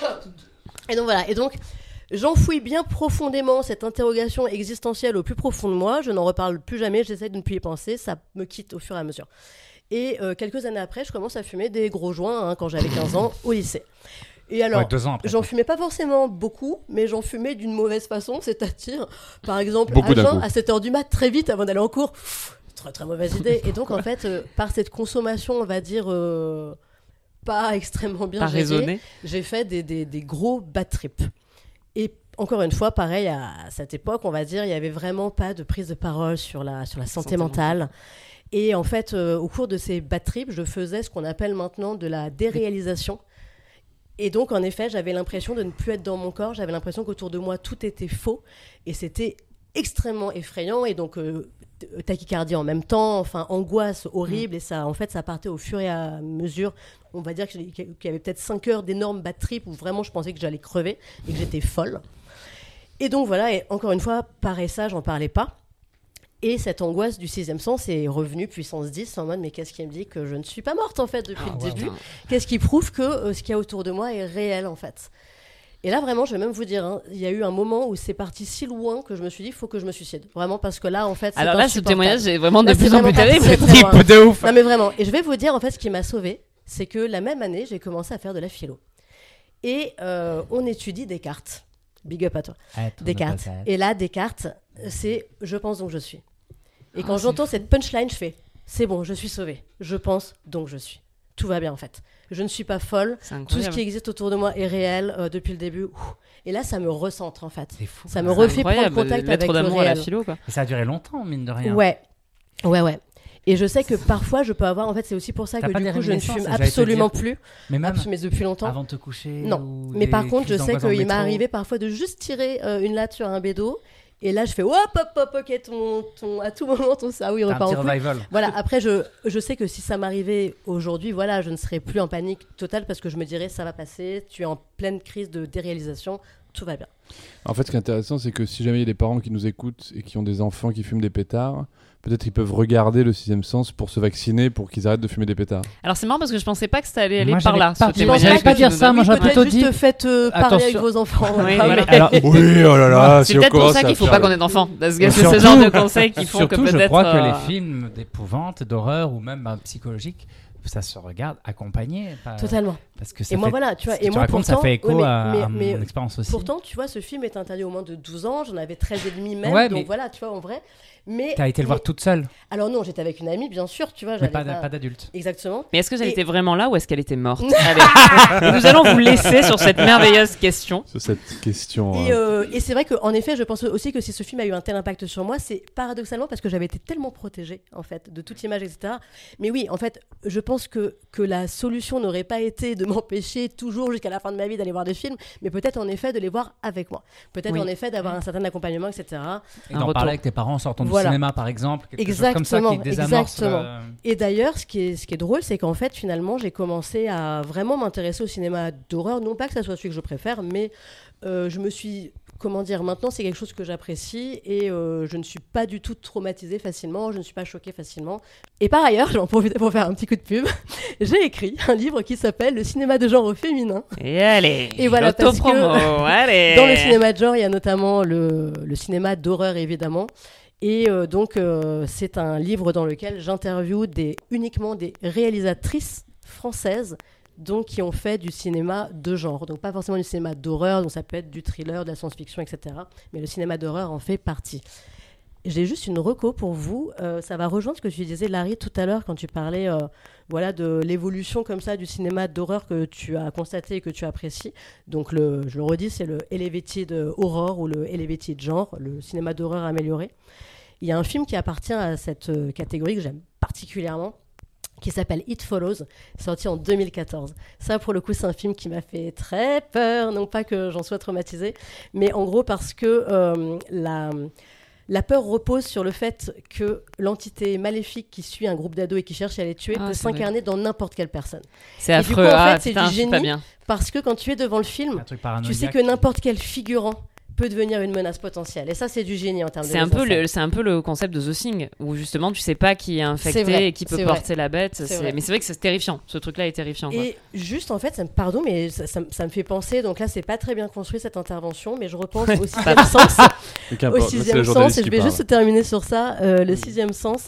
Et donc voilà, et donc j'enfouis bien profondément cette interrogation existentielle au plus profond de moi, je n'en reparle plus jamais, j'essaie de ne plus y penser, ça me quitte au fur et à mesure. Et euh, quelques années après, je commence à fumer des gros joints hein, quand j'avais quinze ans au lycée. Et alors, Ouais, deux ans après. j'en fumais pas forcément beaucoup, mais j'en fumais d'une mauvaise façon, c'est-à-dire, par exemple, Beaucoup à d'un jeun, coup. à sept heures du mat, très vite avant d'aller en cours. Pff, très très mauvaise idée. Et donc, en fait, euh, par cette consommation, on va dire, euh, pas extrêmement bien Pas gérée, raisonné. j'ai fait des, des, des gros bad trips. Et encore une fois, pareil, à cette époque, on va dire, il n'y avait vraiment pas de prise de parole sur la, sur la santé, Santé mentale. Et en fait, euh, au cours de ces bad trips, je faisais ce qu'on appelle maintenant de la déréalisation. Et donc, en effet, j'avais l'impression de ne plus être dans mon corps. J'avais l'impression qu'autour de moi, tout était faux. Et c'était extrêmement effrayant. Et donc, euh, t- tachycardie en même temps, enfin, angoisse horrible. Et ça, en fait, ça partait au fur et à mesure. On va dire que j'ai- qu'il y avait peut-être cinq heures d'énormes bad trips où vraiment je pensais que j'allais crever et que j'étais folle. Et donc, voilà. Et encore une fois, pareil, ça, j'en parlais pas. Et cette angoisse du sixième sens est revenue puissance dix en mode mais qu'est-ce qui me dit que je ne suis pas morte en fait depuis Ah, le ouais, début? Putain. Qu'est-ce qui prouve que euh, ce qu'il y a autour de moi est réel en fait? Et là vraiment je vais même vous dire, hein, il y a eu un moment où c'est parti si loin que je me suis dit il faut que je me suicide. Vraiment parce que là en fait c'est Alors là, ce insupportable. témoignage est vraiment de Là, c'est plus en plus vraiment terrible. très, très loin. Type de ouf. Non mais vraiment. Et je vais vous dire en fait ce qui m'a sauvée, c'est que la même année j'ai commencé à faire de la philo. Et euh, on étudie Descartes. Big up à toi. Descartes. Et là, Descartes, c'est je pense donc je suis. Et quand Ah, j'entends cette punchline, je fais c'est bon, je suis sauvée. Je pense donc je suis. Tout va bien en fait. Je ne suis pas folle. C'est Tout ce incroyable. qui existe autour de moi est réel euh, depuis le début. Ouh. Et là, ça me recentre en fait. C'est fou. Ça me C'est refait prendre Incroyable, contact lettre avec le d'amour à la réel. philo, quoi. Et ça a duré longtemps, mine de rien. Ouais, ouais, ouais. Et je sais que parfois, je peux avoir. En fait, c'est aussi pour ça T'as que pas du des coup, je ne réminiscences, fume j'allais te absolument dire. plus. Mais même Abs- mais depuis longtemps. avant de te coucher. Non. ou Mais des par contre, je crises sais d'angoisse dans le qu'il m'est métro. arrivé parfois de juste tirer euh, une latte sur un bédo. Et là, je fais hop, hop, hop, ok, ton, ton, à tout moment, ton ça, oui, T'as un repart petit en couille. revival. Voilà, après, je, je sais que si ça m'arrivait aujourd'hui, voilà, je ne serais plus en panique totale parce que je me dirais, ça va passer, tu es en pleine crise de déréalisation, tout va bien. En fait, ce qui est intéressant, c'est que si jamais il y a des parents qui nous écoutent et qui ont des enfants qui fument des pétards, peut-être qu'ils peuvent regarder le sixième sens pour se vacciner, pour qu'ils arrêtent de fumer des pétards. Alors c'est marrant parce que je pensais pas que ça allait aller Moi, par j'allais là. pas- ce je témoignage j'allais que pas tu dire nous ça, donnes. moi, j'aurais peut-être plutôt juste dit- faites euh, parler Attention. avec vos enfants. Oui, Ah, voilà. mais- Alors, Oui, oh là là, C'est peut-être pour ça qu'il faut pas qu'on ait d'enfants. Parce que c'est ce Surtout- genre de conseils qui font que Surtout, peut-être. je crois que euh, les films d'épouvante, d'horreur ou même euh, psychologiques, ça se regarde accompagné. pas- Totalement. Parce que ça Et moi, fait- voilà, tu vois, ce que et tu moi, racontes, ça pourtant- fait écho ouais, mais- à, mais- à mais mon expérience aussi. Pourtant, tu vois, ce film est interdit au moins de douze ans, j'en avais treize et demi même, Ouais, donc mais- voilà, tu vois, en vrai. Mais, T'as été le mais- voir toute seule, Alors non, j'étais avec une amie, bien sûr, tu vois, mais j'allais pas, pas... pas d'adulte. Exactement. Mais est-ce que elle Et- était vraiment là ou est-ce qu'elle était morte Allez, nous allons vous laisser sur cette merveilleuse question. Sur cette question. Et, euh, euh, et c'est vrai qu'en effet, je pense aussi que si ce film a eu un tel impact sur moi, c'est paradoxalement parce que j'avais été tellement protégée, en fait, de toute image, et cetera. Mais oui, en fait, je pense pense que, que la solution n'aurait pas été de m'empêcher toujours jusqu'à la fin de ma vie d'aller voir des films, mais peut-être en effet de les voir avec moi. Peut-être Oui. en effet d'avoir un certain accompagnement, et cetera. Et Un d'en retour. parler avec tes parents en sortant Voilà. du cinéma, par exemple. Quelque Exactement, chose comme ça qui désamorce. exactement. euh, Et d'ailleurs, ce qui est, ce qui est drôle, c'est qu'en fait, finalement, j'ai commencé à vraiment m'intéresser au cinéma d'horreur. Non pas que ça soit celui que je préfère, mais euh, je me suis... Comment dire, maintenant c'est quelque chose que j'apprécie et euh, je ne suis pas du tout traumatisée facilement, je ne suis pas choquée facilement. Et par ailleurs, j'en profite pour faire un petit coup de pub, j'ai écrit un livre qui s'appelle Le cinéma de genre féminin. Et allez, Et voilà, parce que l'autopromo, allez. Dans le cinéma de genre, il y a notamment le, le cinéma d'horreur évidemment. Et euh, donc euh, c'est un livre dans lequel j'interviewe des, uniquement des réalisatrices françaises donc qui ont fait du cinéma de genre, donc pas forcément du cinéma d'horreur, donc ça peut être du thriller, de la science-fiction, et cetera. Mais le cinéma d'horreur en fait partie. J'ai juste une reco pour vous, euh, ça va rejoindre ce que tu disais Larry tout à l'heure quand tu parlais euh, voilà, de l'évolution comme ça du cinéma d'horreur que tu as constaté et que tu apprécies. Donc le, je le redis, c'est le Elevated Horror ou le Elevated Genre, le cinéma d'horreur amélioré. Il y a un film qui appartient à cette euh, catégorie que j'aime particulièrement, qui s'appelle It Follows, sorti en deux mille quatorze. Ça, pour le coup, c'est un film qui m'a fait très peur, non pas que j'en sois traumatisée, mais en gros parce que euh, la, la peur repose sur le fait que l'entité maléfique qui suit un groupe d'ados et qui cherche à les tuer Ah, peut c'est s'incarner dans n'importe quelle personne. C'est Et du affreux. coup, en ah, fait, c'est putain, du je suis pas génie. bien. Parce que quand tu es devant le film, un truc tu paranoïaque sais que qui- n'importe quel figurant peut devenir une menace potentielle. Et ça, c'est du génie en termes de C'est un, mise en peu scène. le, c'est un peu le concept de The Thing, où justement tu sais pas qui est C'est infecté vrai, et qui peut c'est porter vrai. la bête. C'est C'est- vrai. Mais c'est vrai que c'est terrifiant. Ce truc-là est terrifiant. Quoi. Et juste, en fait, ça me, pardon, mais ça, ça me- ça me fait penser, donc là, c'est pas très bien construit cette intervention, mais je repense au sixième sens. Mais Au qu'importe, c'est sixième le sens, journaliste et je qui vais parle. juste terminer sur ça. euh, le sixième sens,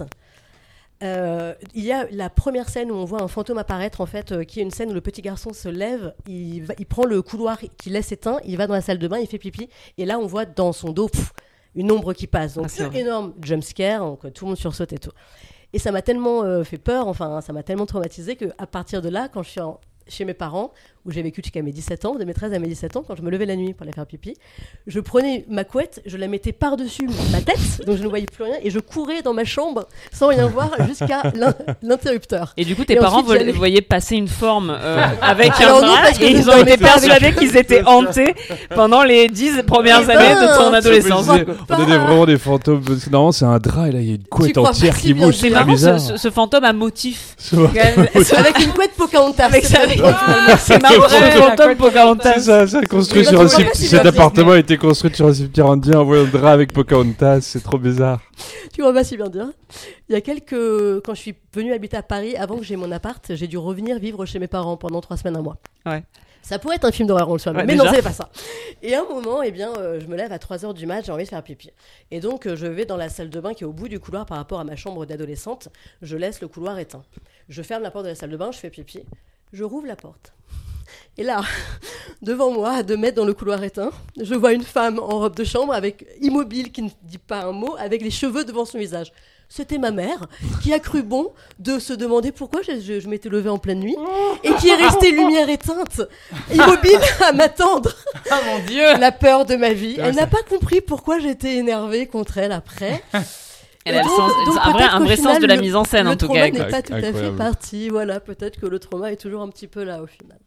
euh, il y a la première scène où on voit un fantôme apparaître, en fait, euh, qui est une scène où le petit garçon se lève, il, va, il prend le couloir qu'il laisse éteint, il va dans la salle de bain, il fait pipi, et là, on voit dans son dos pff, une ombre qui passe. Donc, Ah, c'est vrai. énorme jump scare, donc euh, tout le monde sursaute et tout. Et ça m'a tellement euh, fait peur, enfin, ça m'a tellement traumatisé qu'à partir de là, quand je suis en- chez mes parents, où j'ai vécu jusqu'à mes dix-sept ans, de mes treize à mes dix-sept ans, quand je me levais la nuit pour aller faire pipi, je prenais ma couette, je la mettais par-dessus ma tête, donc je ne voyais plus rien, et je courais dans ma chambre sans rien voir jusqu'à l'in- l'interrupteur. Et du coup, tes Et parents ensuite, vo- j'allais- voyaient passer une forme euh, avec un Alors non, bras parce que et je ils ont été dormais pas avec persuadés eux. qu'ils étaient hantés pendant les dix premières Eh ben, années de ton tu adolescence. vois On est- on est des- vraiment des fantômes. Parce que normalement, c'est un drap et là, il y a une couette crois entière pas qui si bien bouge. dire. C'est C'est marrant bizarre. ce, ce- ce fantôme à motif. C'est vrai. Avec une couette Pocahontas. Avec c'est ça, très avec- drôle, finalement. C'est marrant, C'est ce vrai. fantôme Pocahontas. C'est ça, ça construit Mais sur bah, un tu vois cim- pas si cet bien dire. appartement a été construit sur un cimetière indien, on voit un drap avec Pocahontas, c'est trop bizarre. Tu vois pas si bien dire. Il y a quelques... Quand je suis venue habiter à Paris, avant que j'ai mon appart, j'ai dû revenir vivre chez mes parents pendant trois semaines, un mois. Ouais. Ça pourrait être un film d'horreur, on le sait, Ouais, mais déjà. non, c'est pas ça. Et à un moment, eh bien, euh, je me lève à trois heures du mat, j'ai envie de faire pipi. Et donc, euh, je vais dans la salle de bain qui est au bout du couloir par rapport à ma chambre d'adolescente. Je laisse le couloir éteint. Je ferme la porte de la salle de bain, je fais pipi. Je rouvre la porte. Et là, devant moi, à deux mètres dans le couloir éteint, je vois une femme en robe de chambre, avec immobile, qui ne dit pas un mot, avec les cheveux devant son visage. C'était ma mère, qui a cru bon de se demander pourquoi je, je- je m'étais levée en pleine nuit, et qui est restée lumière éteinte, immobile à m'attendre. Ah mon dieu. La peur de ma vie. Ouais, Elle ça- n'a pas compris pourquoi j'étais énervée contre elle après. Elle a le Donc- sens- donc un vrai, peut-être un qu'au vrai final, sens de la le- mise en scène le en tout trauma cas. n'est quoi. pas tout à fait Incroyable. parti. Voilà, peut-être que le trauma est toujours un petit peu là au final.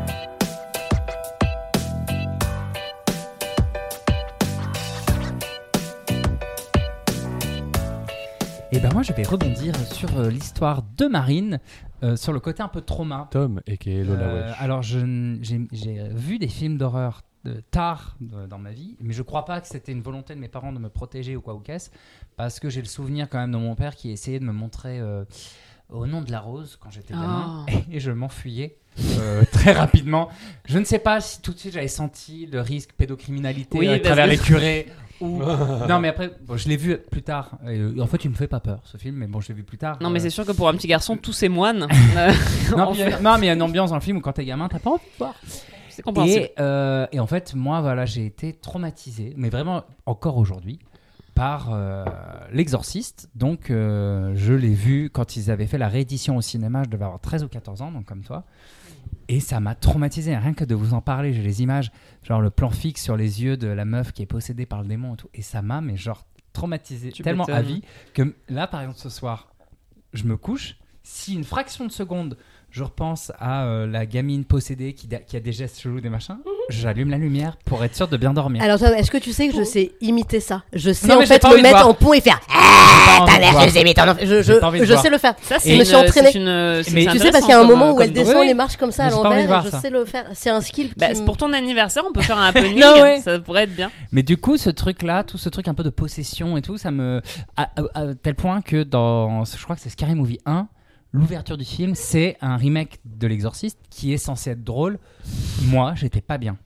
Et ben moi je vais rebondir sur euh, l'histoire de Marine, euh, sur le côté un peu trauma. Tom, et qui est Lola Euh, Wesh. alors je n- j'ai j'ai vu des films d'horreur euh, tard euh, dans ma vie, mais je crois pas que c'était une volonté de mes parents de me protéger ou quoi ou qu'est-ce, parce que j'ai le souvenir quand même de mon père qui essayait de me montrer euh, Au nom de la rose quand j'étais gamin, Oh. et je m'enfuyais euh, très rapidement. Je ne sais pas si tout de suite j'avais senti le risque pédocriminalité Oui, à parce travers que- les curés. Ou... non mais après, bon, je l'ai vu plus tard. Et, euh, en fait, il me fait pas peur ce film, mais bon, je l'ai vu plus tard. Non, mais Euh, c'est sûr que pour un petit garçon, tous ces moines, euh, non, en puis il y a- fait, non, mais il y a une ambiance dans le film où quand t'es gamin, t'as pas envie de voir. c'est compréhensible. Et, euh, et en fait, moi, voilà, j'ai été traumatisé, mais vraiment encore aujourd'hui, par euh, L'Exorciste. Donc, euh, je l'ai vu quand ils avaient fait la réédition au cinéma. Je devais avoir treize ou quatorze ans, donc comme toi. Et ça m'a traumatisé. Rien que de vous en parler, j'ai les images, genre le plan fixe sur les yeux de la meuf qui est possédée par le démon et tout. Et ça m'a, mais genre, traumatisé Tu tellement à m'étonnes. vie que là, par exemple, ce soir, je me couche. si une fraction de seconde, je repense à euh, la gamine possédée qui, da- qui a des gestes chelous, des machins, j'allume la lumière pour être sûr de bien dormir. Alors, toi, est-ce que tu sais que je sais imiter ça? Je sais Non, en mais j'ai fait pas me envie de mettre voir. en pont et faire. J'ai pas envie T'as de l'air voir. de s'aimer ton enfant. Je, J'ai pas envie je, de je voir. sais le faire. Ça, c'est Je me une- suis entraînée. c'est une- c'est Mais Tu sais, intéressant parce qu'il y a un comme- moment où comme elle don. descend Oui. les marches comme ça à Mais j'ai pas envie de l'envers voir et je ça. sais le faire. C'est un skill qui Bah, me- c'est pour ton anniversaire, on peut faire un happening. Non, ouais. Ça pourrait être bien. Mais du coup, ce truc-là, tout ce truc un peu de possession et tout, ça me. À, à- à tel point que dans. Je crois que c'est Scary Movie un, l'ouverture du film, c'est un remake de L'Exorciste qui est censé être drôle. Moi, j'étais pas bien.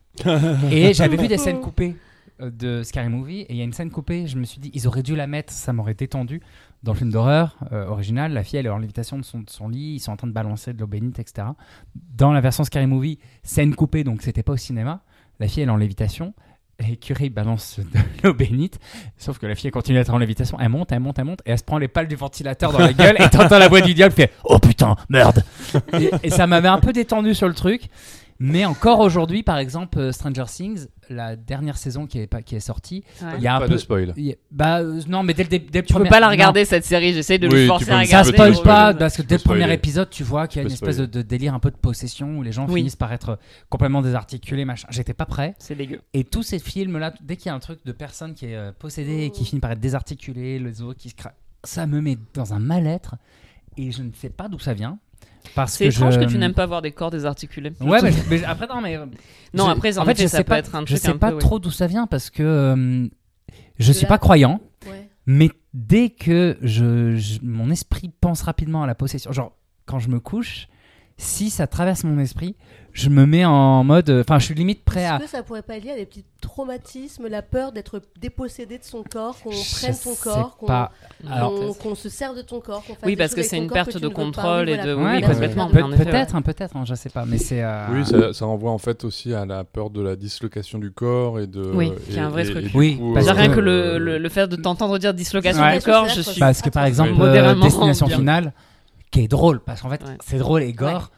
Et j'avais vu des scènes coupées euh, de Scary Movie, et il y a une scène coupée, je me suis dit, ils auraient dû la mettre, ça m'aurait détendu. Dans le film d'horreur euh, original, la fille, elle est en lévitation de son, de son lit, ils sont en train de balancer de l'eau bénite, et cetera. Dans la version Scary Movie, scène coupée, donc c'était pas au cinéma, la fille, elle est en lévitation. Et Curie balance de l'eau bénite, sauf que la fille elle continue à être en lévitation, elle monte, elle monte, elle monte, et elle se prend les pales du ventilateur dans la gueule, et t'entends la voix du diable qui fait « Oh putain, merde !» et, et ça m'avait un peu détendu sur le truc, mais encore aujourd'hui, par exemple, euh, Stranger Things, la dernière saison qui est, pas, qui est sortie, Ouais. il y a un Pas peu... de spoil. il y a- Bah euh, non, mais dès le dé- dès le Tu peux premier- pas la non. regarder cette série, j'essaie de Oui, le tu forcer peux à me- Ça regarder. spoil spoiler. pas, parce que dès le peux spoiler. premier épisode, tu vois qu'il y a Tu une peux espèce de, spoiler. de délire un peu de possession où les gens Oui. finissent par être complètement désarticulés, machin. J'étais pas prêt. C'est dégueu. Et tous ces films-là, dès qu'il y a un truc de personne qui est euh, possédée et qui finit par être désarticulé, les autres qui se craquent, ça me met dans un mal-être et je ne sais pas d'où ça vient. Parce C'est que étrange je... que tu n'aimes pas voir des corps désarticulés. Ouais, mais, mais après, non, mais. Non, je- après, en, en fait, effet, je ça sais peut pas, être un je truc sais un pas peu, oui. trop d'où ça vient parce que euh, je suis là. pas croyant, Ouais. mais dès que je, je- mon esprit pense rapidement à la possession, genre quand je me couche, si ça traverse mon esprit, je me mets en mode. Enfin, je suis limite prêt à. Est-ce que ça pourrait pas être lié à des petits traumatismes, la peur d'être dépossédé de son corps, qu'on Je prenne ton sais corps, qu'on pas. qu'on- Alors, qu'on se serve de ton corps, qu'on fasse Oui, des parce choses que avec c'est ton une corps perte que tu de ne veux pas. contrôle Oui, et voilà. de- Oui, ouais, oui, merci. complètement. peut- mais en effet, peut-être, hein, peut-être, hein, je sais pas, mais c'est. euh, Oui, ça, ça renvoie en fait aussi à la peur de la dislocation du corps et de. Oui, et- qui est un vrai et- truc. et du Oui, coup, parce Déjà, que- rien que euh, le, le, le fait de t'entendre dire dislocation Ouais. du corps, je suis. Parce que par exemple, Attention. euh, Modérément Destination bien. Finale, qui est drôle, parce qu'en fait, Ouais. c'est drôle et gore.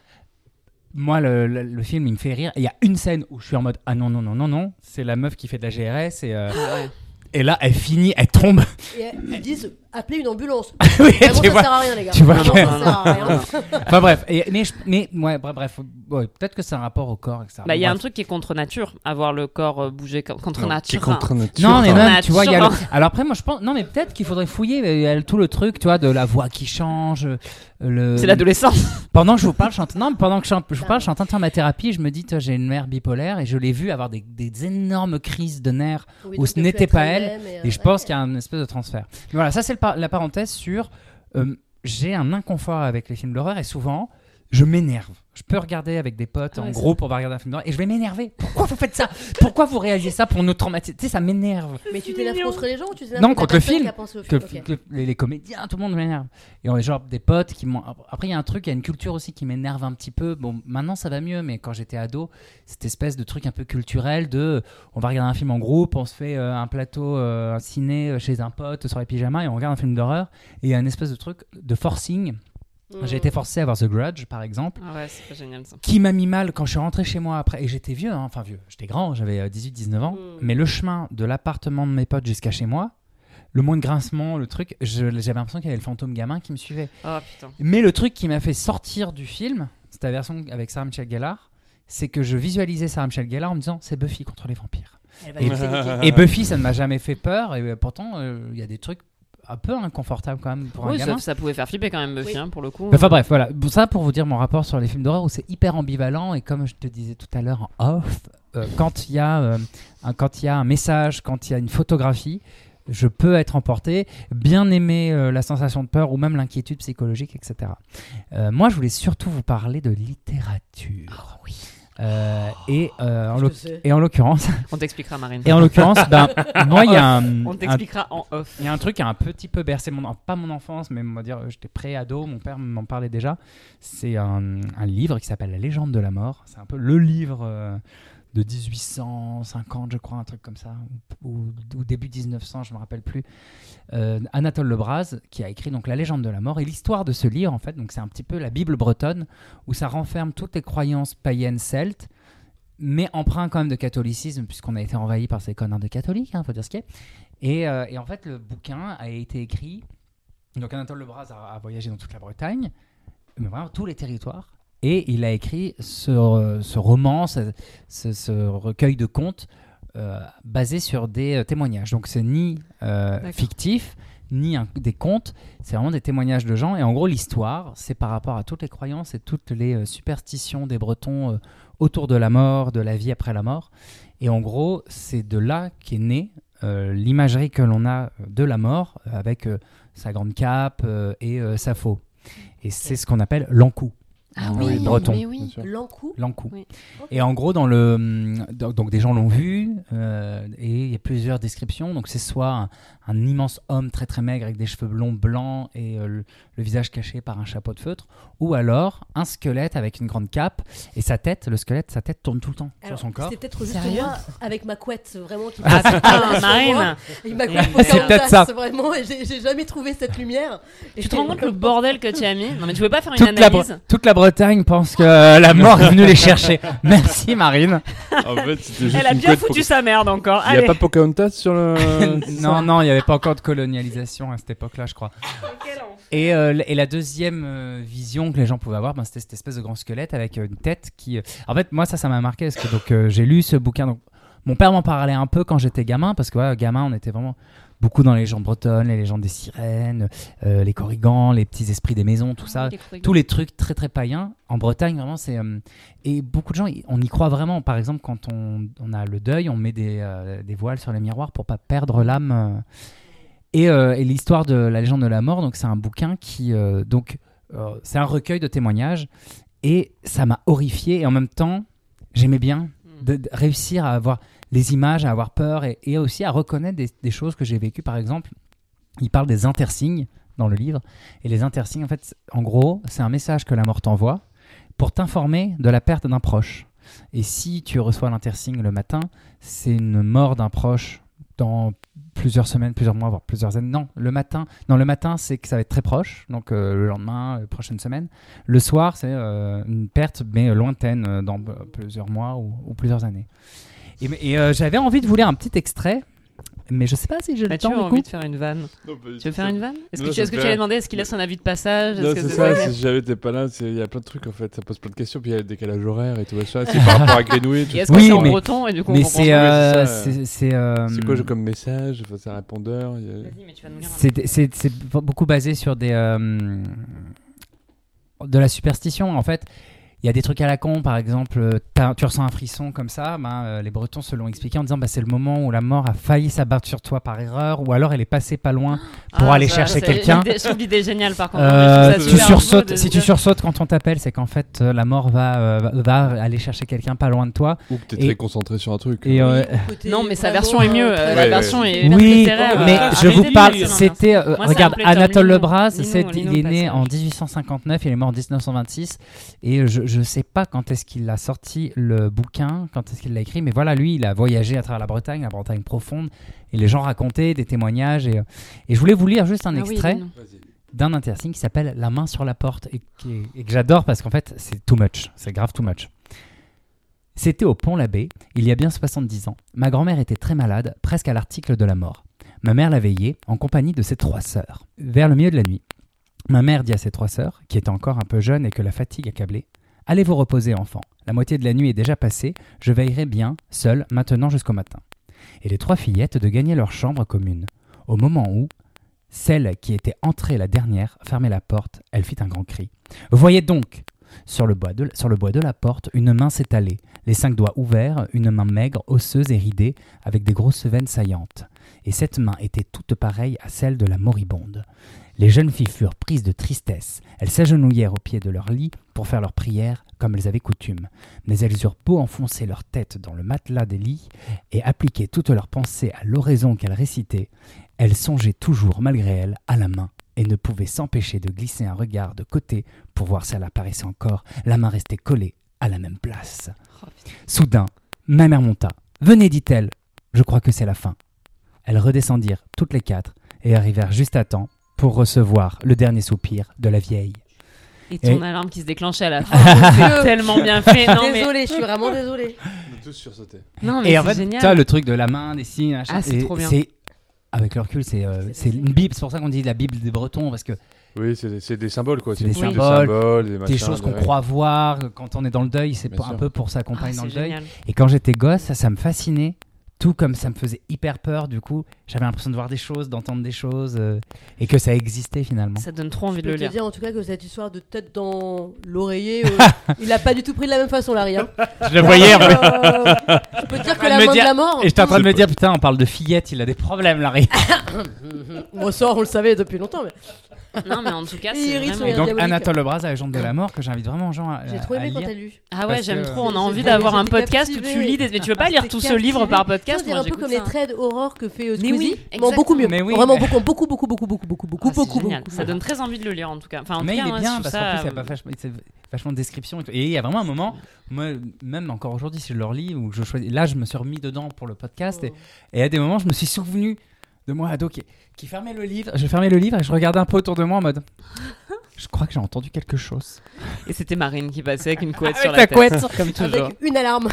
Moi, le, le- le film, il me fait rire. Et il y a une scène où je suis en mode ah non, non, non, non, non. C'est la meuf qui fait de la G R S. Et, euh, Ah ouais. et là, elle finit, elle tombe. Et ils disent appelez une ambulance. Oui, Vraiment, tu ça vois. sert à rien, les gars. tu vois Vraiment, que- ça sert à rien. Enfin bref. Et, mais, je- mais ouais, bref, bref ouais, peut-être que c'est un rapport au corps, et cetera. Bah, il y a un Bref. truc qui est contre nature, avoir le corps euh, bouger co- contre non, qui nature. est contre nature. Non, mais Nature. même, tu vois, il y a le... Nature. Alors après, moi, je pense... Non, mais peut-être qu'il faudrait fouiller il y a tout le truc, tu vois, de la voix qui change. euh, Le... C'est l'adolescence. Pendant que je vous parle, je suis en... non, mais pendant que je, je vous parle, je suis en train de faire ma thérapie. Je me dis, toi, j'ai une mère bipolaire et je l'ai vue avoir des, des énormes crises de nerfs. Oui, Ou donc ce de plus n'était être pas elle-même elle, euh, Et je ouais. pense qu'il y a un espèce de transfert. Mais voilà, ça, c'est le par- la parenthèse sur. euh, j'ai un inconfort avec les films d'horreur et souvent, je m'énerve. Je peux regarder avec des potes Ah en ouais, groupe, on va regarder un film d'horreur et je vais m'énerver. Pourquoi vous faites ça? Pourquoi vous réalisez ça pour nous traumatiser? Tu sais, ça m'énerve. Mais tu t'énerves contre les gens ou tu t'énerves Non, contre la contre le personne film. qui a pensé au Que, film Ok. que les, les comédiens, tout le monde m'énerve. Et on est genre des potes qui m'ont. Après, il y a un truc, il y a une culture aussi qui m'énerve un petit peu. Bon, maintenant ça va mieux, mais quand j'étais ado, cette espèce de truc un peu culturel de. On va regarder un film en groupe, on se fait euh, un plateau, euh, un ciné euh, chez un pote sur les pyjamas et on regarde un film d'horreur. Et il y a une espèce de truc de forcing. Mm. J'ai été forcé à voir The Grudge, par exemple, Ah ouais, c'est pas génial ça. qui m'a mis mal quand je suis rentré chez moi après. Et j'étais vieux, hein, enfin vieux, j'étais grand, j'avais dix-huit dix-neuf ans. Mm. Mais le chemin de l'appartement de mes potes jusqu'à chez moi, le moins de grincement, le truc, je- j'avais l'impression qu'il y avait le fantôme gamin qui me suivait. Oh putain. Mais le truc qui m'a fait sortir du film, c'était la version avec Sarah Michelle Gellar, c'est que je visualisais Sarah Michelle Gellar en me disant c'est Buffy contre les vampires. Elle va Et- te niquer. Et Buffy, ça ne m'a jamais fait peur, et euh, pourtant, euh, il y a des trucs un peu inconfortables quand même pour un Oui, gamin. ça, ça pouvait faire flipper quand même Buffy, Oui. hein, pour le coup. Enfin bref, voilà. Bon, ça pour vous dire mon rapport sur les films d'horreur où c'est hyper ambivalent et comme je te disais tout à l'heure en off, euh, quand il y a euh, un, quand il y a un message, quand il y a une photographie, je peux être emporté, bien aimer euh, la sensation de peur ou même l'inquiétude psychologique, et cetera. Euh, moi, je voulais surtout vous parler de littérature. oui. Euh, et, euh, en Je l'oc- sais. et en l'occurrence, On t'expliquera, Marine. et en l'occurrence, ben, moi, il y a un, On un t'expliquera en off. il y a un truc qui a un petit peu bercé mon en- pas mon enfance, mais on va dire j'étais pré-ado, mon père m'en parlait déjà. C'est un, un livre qui s'appelle La Légende de la mort. C'est un peu le livre euh, de dix-huit cent cinquante, je crois, un truc comme ça, ou, ou début dix-neuf cents, je me rappelle plus. Euh, Anatole Lebras qui a écrit donc La Légende de la mort et l'histoire de ce livre en fait. Donc c'est un petit peu la Bible bretonne où ça renferme toutes les croyances païennes celtes, mais empreint quand même de catholicisme puisqu'on a été envahi par ces connards de catholiques, il hein, faut dire ce qu'il y a. Et, euh, et en fait, le bouquin a été écrit. Donc, Anatole Lebras a, a voyagé dans toute la Bretagne mais vraiment tous les territoires. Et il a écrit ce, ce roman, ce, ce, ce recueil de contes euh, basé sur des euh, témoignages. Donc c'est ni euh, fictif, ni un, des contes, c'est vraiment des témoignages de gens. Et en gros, l'histoire, c'est par rapport à toutes les croyances et toutes les euh, superstitions des Bretons euh, autour de la mort, de la vie après la mort. Et en gros, c'est de là qu'est née euh, l'imagerie que l'on a de la mort, euh, avec euh, sa grande cape euh, et euh, sa faux. Et c'est ce qu'on appelle l'encou. Ah en oui, breton. mais oui. L'encou. L'encou. Oui. Et en gros, dans le, donc, donc des gens l'ont vu, euh, et il y a plusieurs descriptions. Donc c'est soit un, un immense homme très très maigre avec des cheveux blonds blancs et euh, le, le visage caché par un chapeau de feutre, ou alors un squelette avec une grande cape et sa tête, le squelette, sa tête tourne tout le temps Alors, sur son corps. C'est peut-être juste Sérieux moi avec ma couette vraiment qui Ah passe putain, sur Marine. moi, avec ma couette C'est peut-être ça. Pocahontas, vraiment, et j'ai, j'ai jamais trouvé cette lumière. Et Tu te rends compte le bordel que tu as mis? Non mais tu pouvais pas faire une Toute la, analyse. Bre- toute la Bretagne pense que euh, la mort est venue les chercher. Merci Marine. En fait, c'était juste Elle a une bien couette foutu Poca- sa merde encore. Il n'y a Allez. pas Pocahontas sur le. non, non, il n'y avait pas encore de colonialisation à cette époque-là, je crois. Et, euh, et la deuxième euh, vision que les gens pouvaient avoir, ben, c'était cette espèce de grand squelette avec euh, une tête qui... euh, En fait, moi, ça, ça m'a marqué parce que donc, euh, j'ai lu ce bouquin. Donc, mon père m'en parlait un peu quand j'étais gamin parce que, ouais, gamin, on était vraiment beaucoup dans les légendes bretonnes, les légendes des sirènes, euh, les corrigans, les petits esprits des maisons, tout ça. Tous les trucs très, très païens. En Bretagne, vraiment, c'est... euh, et beaucoup de gens, on y croit vraiment. Par exemple, quand on, on a le deuil, on met des, euh, des voiles sur les miroirs pour pas perdre l'âme... euh, Et, euh, et l'histoire de la légende de la mort, donc c'est un bouquin qui, euh, donc, euh, c'est un recueil de témoignages, et ça m'a horrifié. Et en même temps, j'aimais bien de, de réussir à avoir les images, à avoir peur, et, et aussi à reconnaître des, des choses que j'ai vécues. Par exemple, il parle des intersignes dans le livre, et les intersignes, en fait, en gros, c'est un message que la mort t'envoie pour t'informer de la perte d'un proche. Et si tu reçois l'intersigne le matin, c'est une mort d'un proche dans plusieurs semaines, plusieurs mois, voire plusieurs années. Non, le matin, non, le matin, c'est que ça va être très proche, donc euh, le lendemain, euh, prochaine semaine. Le soir, c'est euh, une perte, mais euh, lointaine, euh, dans euh, plusieurs mois ou, ou plusieurs années. Et, et euh, j'avais envie de vous lire un petit extrait, mais je sais pas si j'ai le Bah, tu temps. as du envie coup. de faire une vanne. Non, pas du Tu veux tout, faire ça- une vanne? Est-ce que Non, tu, ça est-ce que me tu fait- allais demander est-ce qu'il laisse un avis de passage? Non, Est-ce que c'est c'est ça, ça si jamais t'es pas là, c'est- il y a plein de trucs en fait, ça pose plein de questions, puis il y a le décalage horaire et tout ça, c'est par rapport à Greenwich. Et est-ce je que Oui, c'est en mais- breton et du coup on Mais comprend c'est, pas? euh, c'est ça, c'est, c'est, euh, C'est quoi comme message? Enfin, c'est un répondeur. il y a- Vas-y, mais tu vas nous lire un- c'est, c'est, c'est beaucoup basé sur des euh, de la superstition en fait. Il y a des trucs à la con, par exemple, t'as- tu ressens un frisson comme ça, ben, euh, les Bretons se l'ont expliqué en disant bah, c'est le moment où la mort a failli s'abattre sur toi par erreur, ou alors elle est passée pas loin pour Ah, aller ça, chercher c'est- quelqu'un. l'idée- Je trouve l'idée géniale par contre. Euh, Je trouve ça tu super sursautes, beau de si se tu dire- sursautes quand on t'appelle, c'est qu'en fait euh, la mort va, euh, va, va aller chercher quelqu'un pas loin de toi. Ou que t'es Et- très concentré sur un truc. Et, euh, Non, mais sa version est mieux. euh, Ouais, La ouais. version est oui, version mais euh, je arrêtez vous de parle, lire, c'était, euh, Moi, ça regarde, me plaît, Anatole Lino, Lebras, Lino, c'est- Lino, il est né passage. en dix-huit cent cinquante-neuf, il est mort en dix-neuf cent vingt-six, et je, je sais pas quand est-ce qu'il a sorti le bouquin, quand est-ce qu'il l'a écrit, mais voilà, lui, il a voyagé à travers la Bretagne, la Bretagne profonde, et les gens racontaient des témoignages, et, euh, et je voulais vous lire juste un Ah oui, extrait Lino. d'un intersigne qui s'appelle La main sur la porte, et, qui est- et que j'adore parce qu'en fait, c'est too much, c'est grave too much. C'était au Pont-l'Abbé, il y a bien soixante-dix ans. Ma grand-mère était très malade, presque à l'article de la mort. Ma mère la veillait, en compagnie de ses trois sœurs. Vers le milieu de la nuit, ma mère dit à ses trois sœurs, qui étaient encore un peu jeunes et que la fatigue accablait, « Allez vous reposer, enfants. La moitié de la nuit est déjà passée, je veillerai bien, seule, maintenant jusqu'au matin. » Et les trois fillettes de gagner leur chambre commune. Au moment où, celle qui était entrée la dernière fermait la porte, elle fit un grand cri. « Voyez donc !» Sur le, bois de, sur le bois de la porte, une main s'étalait, les cinq doigts ouverts, une main maigre, osseuse et ridée, avec des grosses veines saillantes. Et cette main était toute pareille à celle de la moribonde. Les jeunes filles furent prises de tristesse. Elles s'agenouillèrent au pied de leur lit pour faire leur prière comme elles avaient coutume. Mais elles eurent beau enfoncer leur tête dans le matelas des lits et appliquer toutes leurs pensées à l'oraison qu'elles récitaient, elles songeaient toujours, malgré elles, à la main et ne pouvaient s'empêcher de glisser un regard de côté pour voir si elle apparaissait encore. La main restait collée à la même place. Oh, putain. Soudain, ma mère monta. « Venez, dit-elle, je crois que c'est la fin. » Elles redescendirent toutes les quatre et arrivèrent juste à temps pour recevoir le dernier soupir de la vieille. Et ton Et- alarme qui se déclenchait à la fin. C'est tellement bien fait. Non, mais... Désolée, je suis vraiment désolée. On a tous sursauté. Non, mais Et en c'est fait, génial. tu vois, le truc de la main, des signes, machin, Ah, c'est et trop bien. c'est- avec le recul, c'est, euh, C'est c'est une Bible. C'est pour ça qu'on dit la Bible des Bretons, parce que Oui, c'est, c'est des symboles, quoi. C'est C'est des une foule de symboles, symboles, des, des machins, choses qu'on des- croit voir quand on est dans le deuil, c'est Bien pour- un sûr. peu pour s'accompagner Ah, dans le c'est deuil. génial. Et quand j'étais gosse, ça, ça me fascinait. Tout comme ça me faisait hyper peur, du coup, j'avais l'impression de voir des choses, d'entendre des choses, euh, et que ça existait finalement. Ça donne trop envie Je de peux le te lire. dire en tout cas que cette histoire de tête dans l'oreiller, euh, il a pas du tout pris de la même façon, Larry. Hein. Je le voyais, Euh, je peux te dire que la me main dire- de la mort. et j'étais en train de me dire, putain, on parle de fillette, il a des problèmes, Larry. Bon, ça, on le savait depuis longtemps, mais Non, mais en tout cas, Et c'est Iris, vraiment... oui, Et donc, diabolique. Anatole Lebras, la légende de la mort, que j'invite vraiment les gens à, j'ai à- trop aimé à quand lire. t'as lu. Ah ouais, Parce j'aime que- trop. On a J'étais- envie d'avoir un j'étais podcast où captivée. tu lis des... Mais tu veux pas lire J'étais tout ce livre captivée. par podcast. On dirait Moi, un peu j'écoute comme les ça. trades horreur que fait euh, Mais Squeezie. oui, Non, beaucoup mieux. Mais oui, Vraiment mais- beaucoup, beaucoup, beaucoup, beaucoup, beaucoup, beaucoup, beaucoup, Ah, c'est beaucoup, génial. beaucoup. Ça donne très envie de le lire en tout cas. Enfin, en Mais tout cas, il est moi, bien je parce trouve qu'en ça, plus, il y a pas vachement, c'est vachement de description. Et, tout. Et il y a vraiment un moment, moi, même encore aujourd'hui, si je le relis, où je choisis. Là, je me suis remis dedans pour le podcast. Et, et à des moments, je me suis souvenu de moi, ado, qui, qui fermait le livre. Je fermais le livre et je regardais un peu autour de moi en mode. Je crois que j'ai entendu quelque chose. Et c'était Marine qui passait avec une couette Avec sur la la tête. couette, comme toujours. Avec une alarme.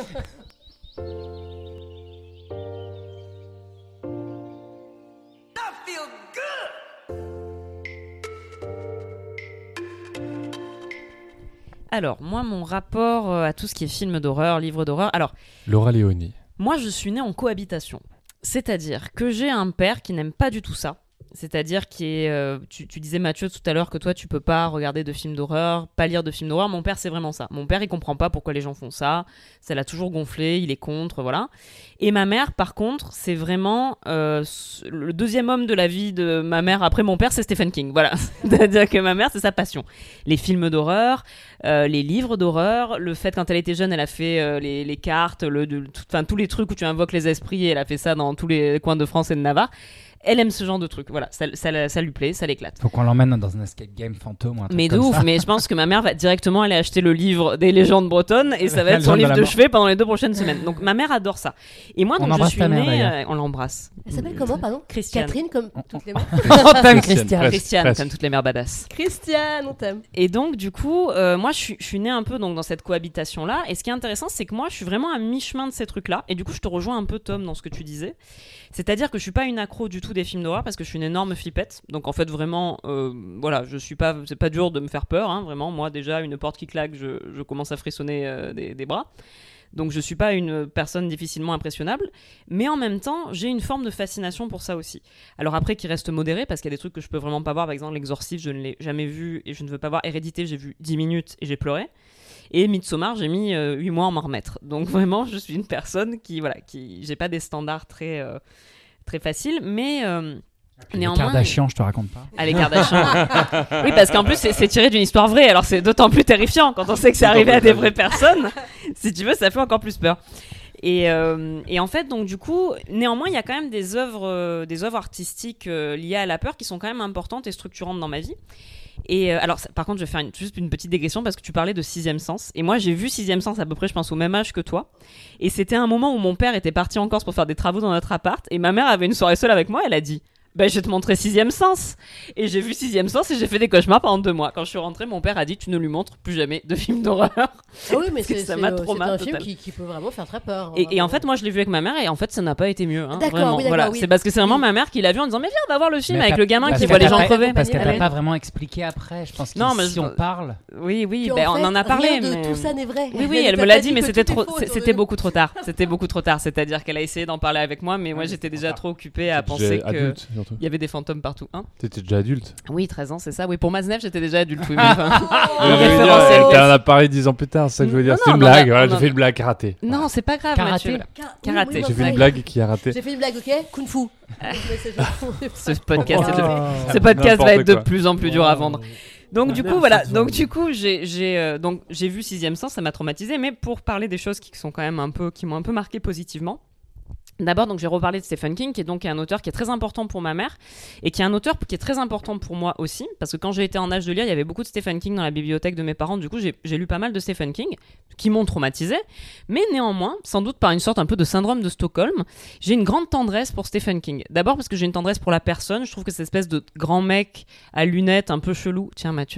Alors, moi, mon rapport euh, à tout ce qui est film d'horreur, livre d'horreur. Alors, Laura Leoni. moi, je suis née en cohabitation. C'est-à-dire que j'ai un père qui n'aime pas du tout ça. C'est-à-dire qui est... euh, tu, tu disais, Mathieu, tout à l'heure, que toi, tu peux pas regarder de films d'horreur, pas lire de films d'horreur. Mon père, c'est vraiment ça. Mon père, il comprend pas pourquoi les gens font ça. Ça l'a toujours gonflé, il est contre, voilà. Et ma mère, par contre, c'est vraiment... euh, le deuxième homme de la vie de ma mère après mon père, c'est Stephen King. Voilà. C'est-à-dire que ma mère, c'est sa passion. Les films d'horreur, euh, les livres d'horreur, le fait, quand elle était jeune, elle a fait euh, les, les cartes, le, de, tout, enfin, tous les trucs où tu invoques les esprits, et elle a fait ça dans tous les coins de France et de Navarre. Elle aime ce genre de trucs, voilà, ça, ça, ça lui plaît, ça l'éclate. Faut qu'on l'emmène dans un escape game fantôme ou un truc Mais de comme ouf, ça. mais je pense que ma mère va directement aller acheter le livre des légendes bretonnes et ça va La être son légende de livre la de mort. chevet pendant les deux prochaines semaines. Donc ma mère adore ça. Et moi, On donc je embrasse suis ta mère, née, d'ailleurs. euh, on l'embrasse. Elle s'appelle comment, pardon Christiane. Catherine, comme On- toutes les mères. On t'aime, Christiane, Christian. presque. Christiane, presque. comme toutes les mères badass. Christiane, on t'aime. Et donc, du coup, euh, moi, je suis, je suis née un peu donc, dans cette cohabitation-là. Et ce qui est intéressant, c'est que moi, je suis vraiment à mi-chemin de ces trucs-là. Et du coup, je te rejoins un peu, Tom, dans ce que tu disais. C'est-à-dire que je suis pas une accro du tout des films d'horreur parce que je suis une énorme flippette. Donc, en fait, vraiment, euh, voilà, je suis pas, c'est pas dur de me faire peur. Hein, vraiment, moi, déjà, une porte qui claque, je, je commence à frissonner euh, des, des bras. Donc je suis pas une personne difficilement impressionnable, mais en même temps, j'ai une forme de fascination pour ça aussi. Alors après, qui reste modéré, parce qu'il y a des trucs que je peux vraiment pas voir. Par exemple, L'Exorciste, je ne l'ai jamais vu et je ne veux pas voir. Hérédité, j'ai vu dix minutes et j'ai pleuré. Et Midsommar, j'ai mis euh, huit mois à m'en remettre. Donc vraiment, je suis une personne qui, voilà, qui, j'ai pas des standards très, euh, très faciles, mais... Euh, Les néanmoins, Kardashians, je te raconte pas. à l'écart d'achat. Oui, parce qu'en plus, c'est, c'est tiré d'une histoire vraie, alors c'est d'autant plus terrifiant quand on sait que c'est arrivé à des vraies personnes. Si tu veux, ça fait encore plus peur. Et, euh, et en fait, donc du coup, néanmoins, il y a quand même des œuvres, euh, des œuvres artistiques euh, liées à la peur qui sont quand même importantes et structurantes dans ma vie. Et euh, alors, ça- par contre, je vais faire une- juste une petite digression parce que tu parlais de Sixième Sens. Et moi, j'ai vu Sixième Sens à peu près, je pense, au même âge que toi. Et c'était un moment où mon père était parti en Corse pour faire des travaux dans notre appart. Et ma mère avait une soirée seule avec moi. Elle a dit... Ben, je vais te montrer Sixième Sens. Et j'ai vu Sixième Sens et j'ai fait des cauchemars pendant deux mois. Quand je suis rentrée, mon père a dit tu ne lui montres plus jamais de films d'horreur. Ah oui, mais Parce que c'est ça c'est, m'a euh, trauma c'est un film total. qui, qui peut vraiment faire très peur. Et, et en vraiment. fait, moi, je l'ai vu avec ma mère et en fait, ça n'a pas été mieux. Hein, D'accord, vraiment. oui, d'accord, Voilà. oui. C'est parce que c'est vraiment Oui. ma mère qui l'a vu en disant mais viens, on va voir le film Mais avec t'as- le gamin parce qui qu'elle voit les t'a gens pas- crever. Parce qu'elle t'a Ouais. pas vraiment expliqué après. Je pense que Non, mais si je- on parle. Oui, oui, Qu'en ben, on fait, en a parlé. rien de mais... tout ça n'est vrai. Oui, oui, Elle elle t'a me pas l'a dit dit, mais que c'était tout est trop, faux c'est- autour c'était de- beaucoup trop tard. C'était beaucoup trop tard. C'est-à-dire qu'elle a essayé d'en parler avec moi, mais moi, Ouais, j'étais c'est déjà trop trop occupée à penser J'étais que adulte, surtout. il y avait des fantômes partout. Hein T'étais déjà adulte. oui, treize ans, c'est ça. Oui, pour Maznev, j'étais déjà adulte. Oui, mais enfin, Je veux dire, référentiel, T'as yes. un appareil dix ans plus tard, c'est ça que je veux dire. Non, C'est non, une on en a- blague, voilà, on j'ai en- fait une blague raté. non, c'est pas grave, Karaté. Mathieu. voilà. Car- Karaté. oui, oui, J'ai fait enfin, une blague qui a raté. J'ai fait une blague, ok Kung Fu. Mais c'est- Ce podcast, est de- Ah, ce podcast va n'importe être de quoi. plus en plus dur à vendre. Donc du coup Merci, voilà, Zoé. donc du coup j'ai j'ai euh, donc j'ai vu Sixième Sens, ça m'a traumatisé, mais pour parler des choses qui sont quand même un peu qui m'ont un peu marqué positivement. D'abord, donc j'ai reparlé de Stephen King, qui est donc un auteur qui est très important pour ma mère et qui est un auteur qui est très important pour moi aussi, parce que quand j'ai été en âge de lire, il y avait beaucoup de Stephen King dans la bibliothèque de mes parents. Du coup, j'ai j'ai lu pas mal de Stephen King qui m'ont traumatisé, mais néanmoins, sans doute par une sorte un peu de syndrome de Stockholm, j'ai une grande tendresse pour Stephen King. D'abord parce que j'ai une tendresse pour la personne. Je trouve que cette espèce de grand mec à lunettes un peu chelou. Tiens, Mathieu.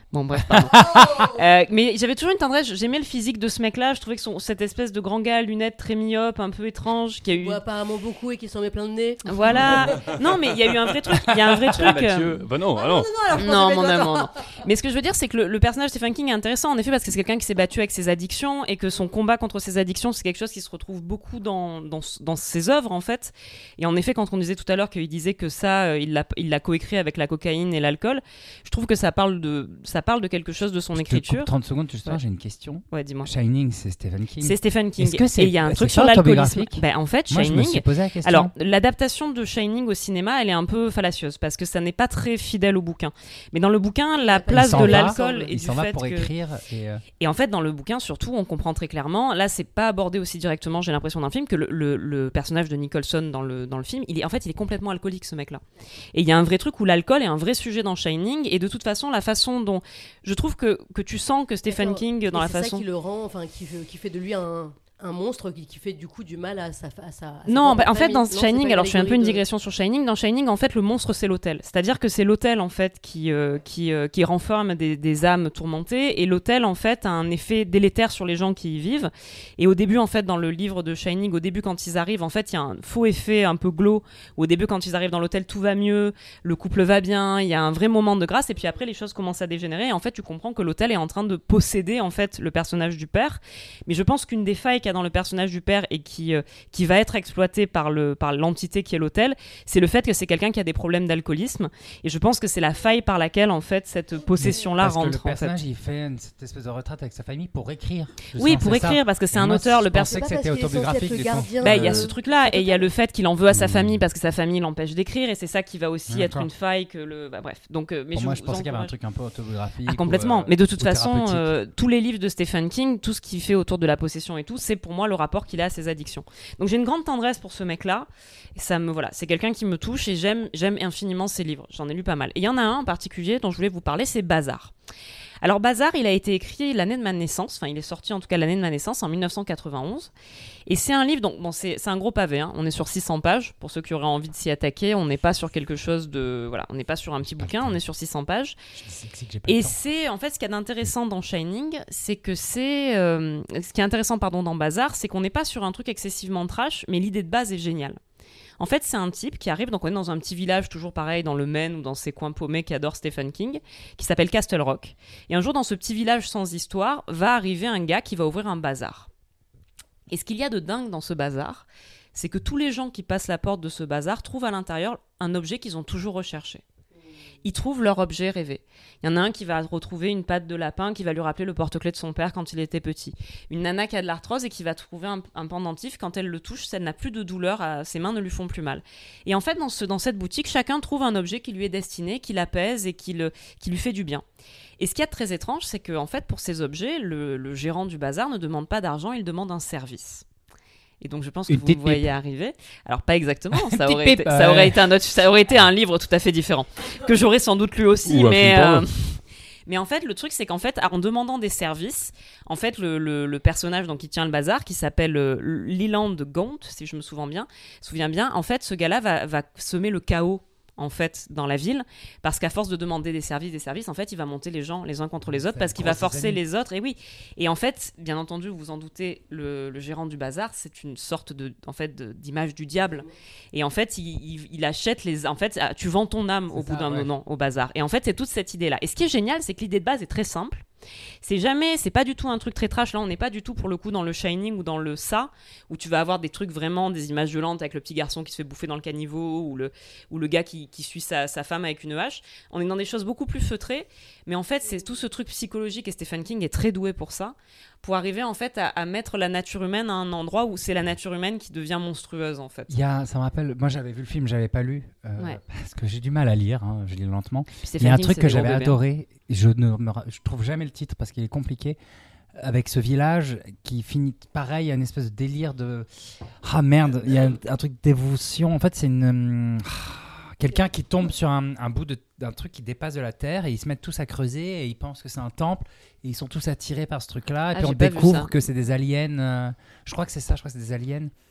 Bon, bref, pardon. euh, mais j'avais toujours une tendresse. J'aimais le physique de ce mec-là. Je trouvais que son, cette espèce de grand gars, lunettes très myope, un peu étrange, qui a eu. Ouais, apparemment beaucoup et qui s'en met plein de nez. Voilà. Non, mais il y a eu un vrai truc. Il y a un vrai truc. Mathieu. Bah non, ah non. alors, Non, mon amour, non. Mais ce que je veux dire, c'est que le, le personnage de Stephen King est intéressant, en effet, parce que c'est quelqu'un qui s'est battu avec ses addictions et que son combat contre ses addictions, c'est quelque chose qui se retrouve beaucoup dans, dans, dans ses œuvres, en fait. Et en effet, quand on disait tout à l'heure qu'il disait que ça, euh, il l'a, il l'a coécrit avec la cocaïne et l'alcool, je trouve que ça parle de, ça parle de quelque chose de son Je te écriture. coupe trente secondes, justement, Ouais. j'ai une question. Ouais, dis-moi. Shining, c'est Stephen King. C'est Stephen King. Est-ce que c'est- et il y a un c'est truc ça, sur l'alcoolisme. autobiographique Ben, en fait, Moi, je me Shining. suis posé la question. Alors, l'adaptation de Shining au cinéma, elle est un peu fallacieuse parce que ça n'est pas très fidèle au bouquin. Mais dans le bouquin, la Il place s'en de va, l'alcool et il du s'en va fait pour que... écrire. Et, euh, Et en fait, dans le bouquin, surtout, on comprend très clairement, là, c'est pas abordé aussi directement, j'ai l'impression, d'un film, que le, le, le personnage de Nicholson dans le, dans le film, il est, en fait, il est complètement alcoolique, ce mec-là. Et il y a un vrai truc où l'alcool est un vrai sujet dans Shining, et de toute façon, la façon dont... Je trouve que, que tu sens que Stephen D'accord. King, dans Et la c'est façon... ça qui le rend, enfin, qui fait, qui fait de lui un, un monstre qui, qui fait du coup du mal à sa, à sa, à sa Non, bah, propre en fait, famille. dans Non, c'est pas Shining, une alors je fais un peu une allégorie de- digression sur Shining. Dans Shining, en fait, le monstre, c'est l'hôtel. C'est-à-dire que c'est l'hôtel, en fait, qui, euh, qui, euh, qui renferme des, des âmes tourmentées. Et l'hôtel, en fait, a un effet délétère sur les gens qui y vivent. Et au début, en fait, dans le livre de Shining, au début, quand ils arrivent, en fait, il y a un faux effet un peu glauque. Au début, quand ils arrivent dans l'hôtel, tout va mieux, le couple va bien, il y a un vrai moment de grâce. Et puis après, les choses commencent à dégénérer. Et en fait, tu comprends que l'hôtel est en train de posséder, en fait, le personnage du père. Mais je pense qu'une des failles qu'il y a dans le personnage du père et qui... euh, qui va être exploité par, le, par l'entité qui est l'hôtel, c'est le fait que c'est quelqu'un qui a des problèmes d'alcoolisme. Et je pense que c'est la faille par laquelle, en fait, cette possession-là parce que rentre. le en fait. personnage, il fait une, cette espèce de retraite avec sa famille pour écrire. Je Oui, sens, pour c'est ça. écrire, parce que c'est Et un moi, auteur. je Le pensais personnage. que C'est pas c'était parce qu'il est censé autobiographique. être le du gardien coup. Bah, il y a Euh, ce truc-là, et il y a le fait qu'il en veut à sa Hmm. famille parce que sa famille l'empêche d'écrire, et c'est ça qui va aussi D'accord. être une faille que le. Bah, bref. Donc, euh, mais Pour je moi, vous je pensais qu'il y avait un encourage- truc un peu autobiographique. Ah, complètement. ou, euh, Mais de toute ou façon, thérapeutique. euh, tous les livres de Stephen King, tout ce qu'il fait autour de la possession et tout, c'est pour moi le rapport qu'il a à ses addictions. Donc j'ai une grande tendresse pour ce mec-là. Et ça me voilà, c'est quelqu'un qui me touche et j'aime, j'aime infiniment ses livres. J'en ai lu pas mal. Et il y en a un en particulier dont je voulais vous parler, c'est Bazar. Alors Bazar, il a été écrit l'année de ma naissance, enfin il est sorti en tout cas l'année de ma naissance, en dix-neuf cent quatre-vingt-onze. Et c'est un livre, donc bon, c'est, c'est un gros pavé, hein. On est sur six cents pages, pour ceux qui auraient envie de s'y attaquer, on n'est pas sur quelque chose de... Voilà, on n'est pas sur un petit bouquin, on est sur six cents pages. Je sais que c'est que j'ai pas Et le temps. c'est, en fait, ce qu'il y a d'intéressant dans Shining, c'est que c'est... euh, ce qui est intéressant, pardon, dans Bazar, c'est qu'on n'est pas sur un truc excessivement trash, mais l'idée de base est géniale. En fait, c'est un type qui arrive, donc on est dans un petit village, toujours pareil, dans le Maine ou dans ces coins paumés qu'adore Stephen King, qui s'appelle Castle Rock. Et un jour, dans ce petit village sans histoire, va arriver un gars qui va ouvrir un bazar. Et ce qu'il y a de dingue dans ce bazar, c'est que tous les gens qui passent la porte de ce bazar trouvent à l'intérieur un objet qu'ils ont toujours recherché. Ils trouvent leur objet rêvé. Il y en a un qui va retrouver une patte de lapin qui va lui rappeler le porte-clés de son père quand il était petit. Une nana qui a de l'arthrose et qui va trouver un, un pendentif. Quand elle le touche, elle n'a plus de douleur, à, ses mains ne lui font plus mal. Et en fait, dans, ce, dans cette boutique, chacun trouve un objet qui lui est destiné, qui l'apaise et qui, le, qui lui fait du bien. Et ce qu'il y a de très étrange, c'est que en fait, pour ces objets, le, le gérant du bazar ne demande pas d'argent, il demande un service. Et donc je pense que Une vous petite me voyez pipe. arriver. Alors pas exactement, ça Petite aurait, pipe, été, ça ouais. aurait été un autre, ça aurait été un livre tout à fait différent que j'aurais sans doute lu aussi, Ou un mais film porno. euh, mais en fait le truc c'est qu'en fait en demandant des services, en fait le, le, le personnage donc qui tient le bazar qui s'appelle euh, Leland Gaunt, si je me souviens bien, souviens bien, en fait ce gars-là va, va semer le chaos en fait dans la ville parce qu'à force de demander des services des services en fait il va monter les gens les uns contre les autres C'est parce une qu'il va grosse forcer amie. les autres et oui et en fait bien entendu vous vous en doutez le, le gérant du bazar c'est une sorte de en fait de- d'image du diable et en fait il, il, il achète les en fait ah, tu vends ton âme au C'est bout ça, d'un ouais. moment au bazar et en fait c'est toute cette idée là et ce qui est génial c'est que l'idée de base est très simple. C'est jamais, c'est pas du tout un truc très trash. Là, on n'est pas du tout pour le coup dans le Shining ou dans le Ça, où tu vas avoir des trucs vraiment, des images violentes avec le petit garçon qui se fait bouffer dans le caniveau ou le, ou le gars qui, qui suit sa, sa femme avec une hache. On est dans des choses beaucoup plus feutrées, mais en fait, c'est tout ce truc psychologique et Stephen King est très doué pour ça, pour arriver en fait à, à mettre la nature humaine à un endroit où c'est la nature humaine qui devient monstrueuse en fait. Il y a, ça me rappelle, moi j'avais vu le film, j'avais pas lu, euh, Ouais. parce que j'ai du mal à lire, hein, je lis lentement. Puis Il Stephen y a un King, truc c'est que des gros j'avais bébés, hein. adoré, je ne me ra- je trouve jamais le titre parce qu'il est compliqué, avec ce village qui finit pareil, il y a une espèce de délire de... Ah merde, il y a un, un truc d'évolution, en fait c'est une... hum, quelqu'un qui tombe sur un, un bout de, d'un truc qui dépasse de la terre et ils se mettent tous à creuser et ils pensent que c'est un temple et ils sont tous attirés par ce truc-là et Ah, puis j'ai on pas vu découvre ça. que c'est des aliens, euh, je crois que c'est ça, je crois que c'est des aliens.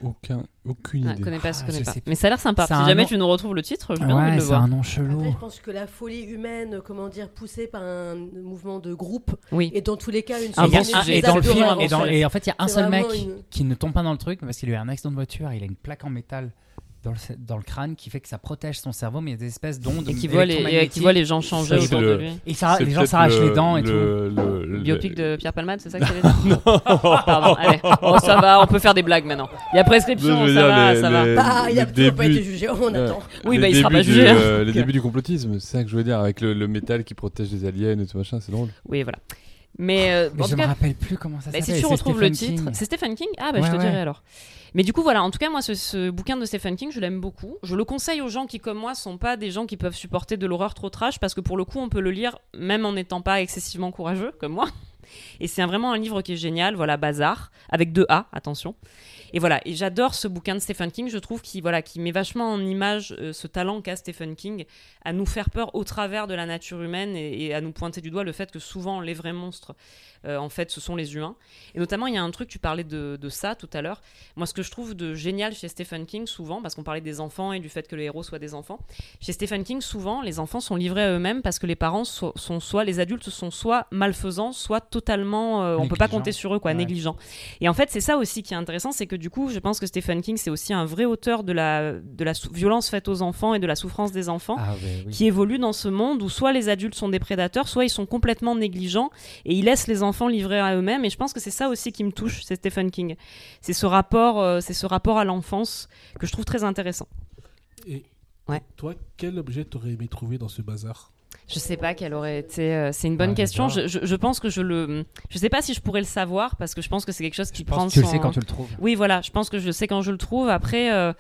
aucun, aucune Ah, idée. connais pas, je Ah, connais je pas. sais Mais ça a l'air sympa. C'est Si un jamais nom- tu nous retrouves le titre, je veux bien envie de Ouais, le c'est voir. un nom chelou. Après, je pense que la folie humaine, comment dire, poussée par un mouvement de groupe, Oui. et dans tous les cas, une Un série bon de sujet. visages Et dans le film, d'horreur, et, en dans- fait. et en fait, il y a un C'est seul mec vraiment une- qui ne tombe pas dans le truc parce qu'il a eu un accident de voiture. Il a une plaque en métal dans le, dans le crâne qui fait que ça protège son cerveau, mais il y a des espèces d'ondes Et qui voit les, et qui électromagnétiques. voit les gens changer Ça, c'est autour de le- lui. Et ça, C'est les gens peut-être s'arrachent le- les dents et le, tout. Le, le, Biopic de Pierre Palmade, c'est ça que tu avais dit Pardon, allez. Oh, ça va, on peut faire des blagues maintenant. Il y a prescription, Non, je veux ça dire, va, les- ça va. les- Bah, il a le toujours pas début- été jugé, on Ouais. attend. Oui, les bah, il sera débuts pas du, jugé. euh, les Donc, débuts du complotisme, c'est ça que je veux dire, avec le, le métal qui protège les aliens et tout machin, c'est drôle. Oui, voilà. Mais, euh, Mais en je tout me cas, rappelle plus comment ça bah, s'appelle. si tu c'est retrouves le Stephen titre, King. c'est Stephen King. Ah bah Ouais, je te ouais. dirai alors. Mais du coup voilà, en tout cas moi ce, ce bouquin de Stephen King, je l'aime beaucoup. Je le conseille aux gens qui comme moi sont pas des gens qui peuvent supporter de l'horreur trop trash parce que pour le coup on peut le lire même en n'étant pas excessivement courageux comme moi. Et c'est un- vraiment un livre qui est génial, voilà, Bazar avec deux A, attention. Et voilà, et j'adore ce bouquin de Stephen King, je trouve qu'il voilà, qui met vachement en image euh, ce talent qu'a Stephen King à nous faire peur au travers de la nature humaine et, et à nous pointer du doigt le fait que souvent les vrais monstres euh, en fait ce sont les humains. Et notamment il y a un truc, tu parlais de, de ça tout à l'heure, moi ce que je trouve de génial chez Stephen King souvent, parce qu'on parlait des enfants et du fait que les héros soient des enfants, chez Stephen King souvent les enfants sont livrés à eux-mêmes parce que les parents so- sont soit, les adultes sont soit malfaisants, soit totalement, euh, on peut pas Négligents. compter sur eux quoi, Ouais. négligents. Et en fait c'est ça aussi qui est intéressant, c'est que du coup je pense que Stephen King c'est aussi un vrai auteur de la, de la sou- violence faite aux enfants et de la souffrance des enfants Ah, ouais, oui. qui évolue dans ce monde où soit les adultes sont des prédateurs, soit ils sont complètement négligents et ils laissent les enfants livrés à eux-mêmes. Et je pense que c'est ça aussi qui me touche, c'est Stephen King. C'est ce rapport, euh, c'est ce rapport à l'enfance que je trouve très intéressant. Et Ouais. toi, quel objet t'aurais aimé trouver dans ce bazar? Je sais pas quelle aurait été. euh, c'est une bonne Ah, question. Je, j'adore. je, je pense que je le. Je sais pas si je pourrais le savoir parce que je pense que c'est quelque chose qui Je pense prend que tu le son- sais quand tu le trouves. Oui, voilà. Je pense que je le sais quand je le trouve. Après. Euh...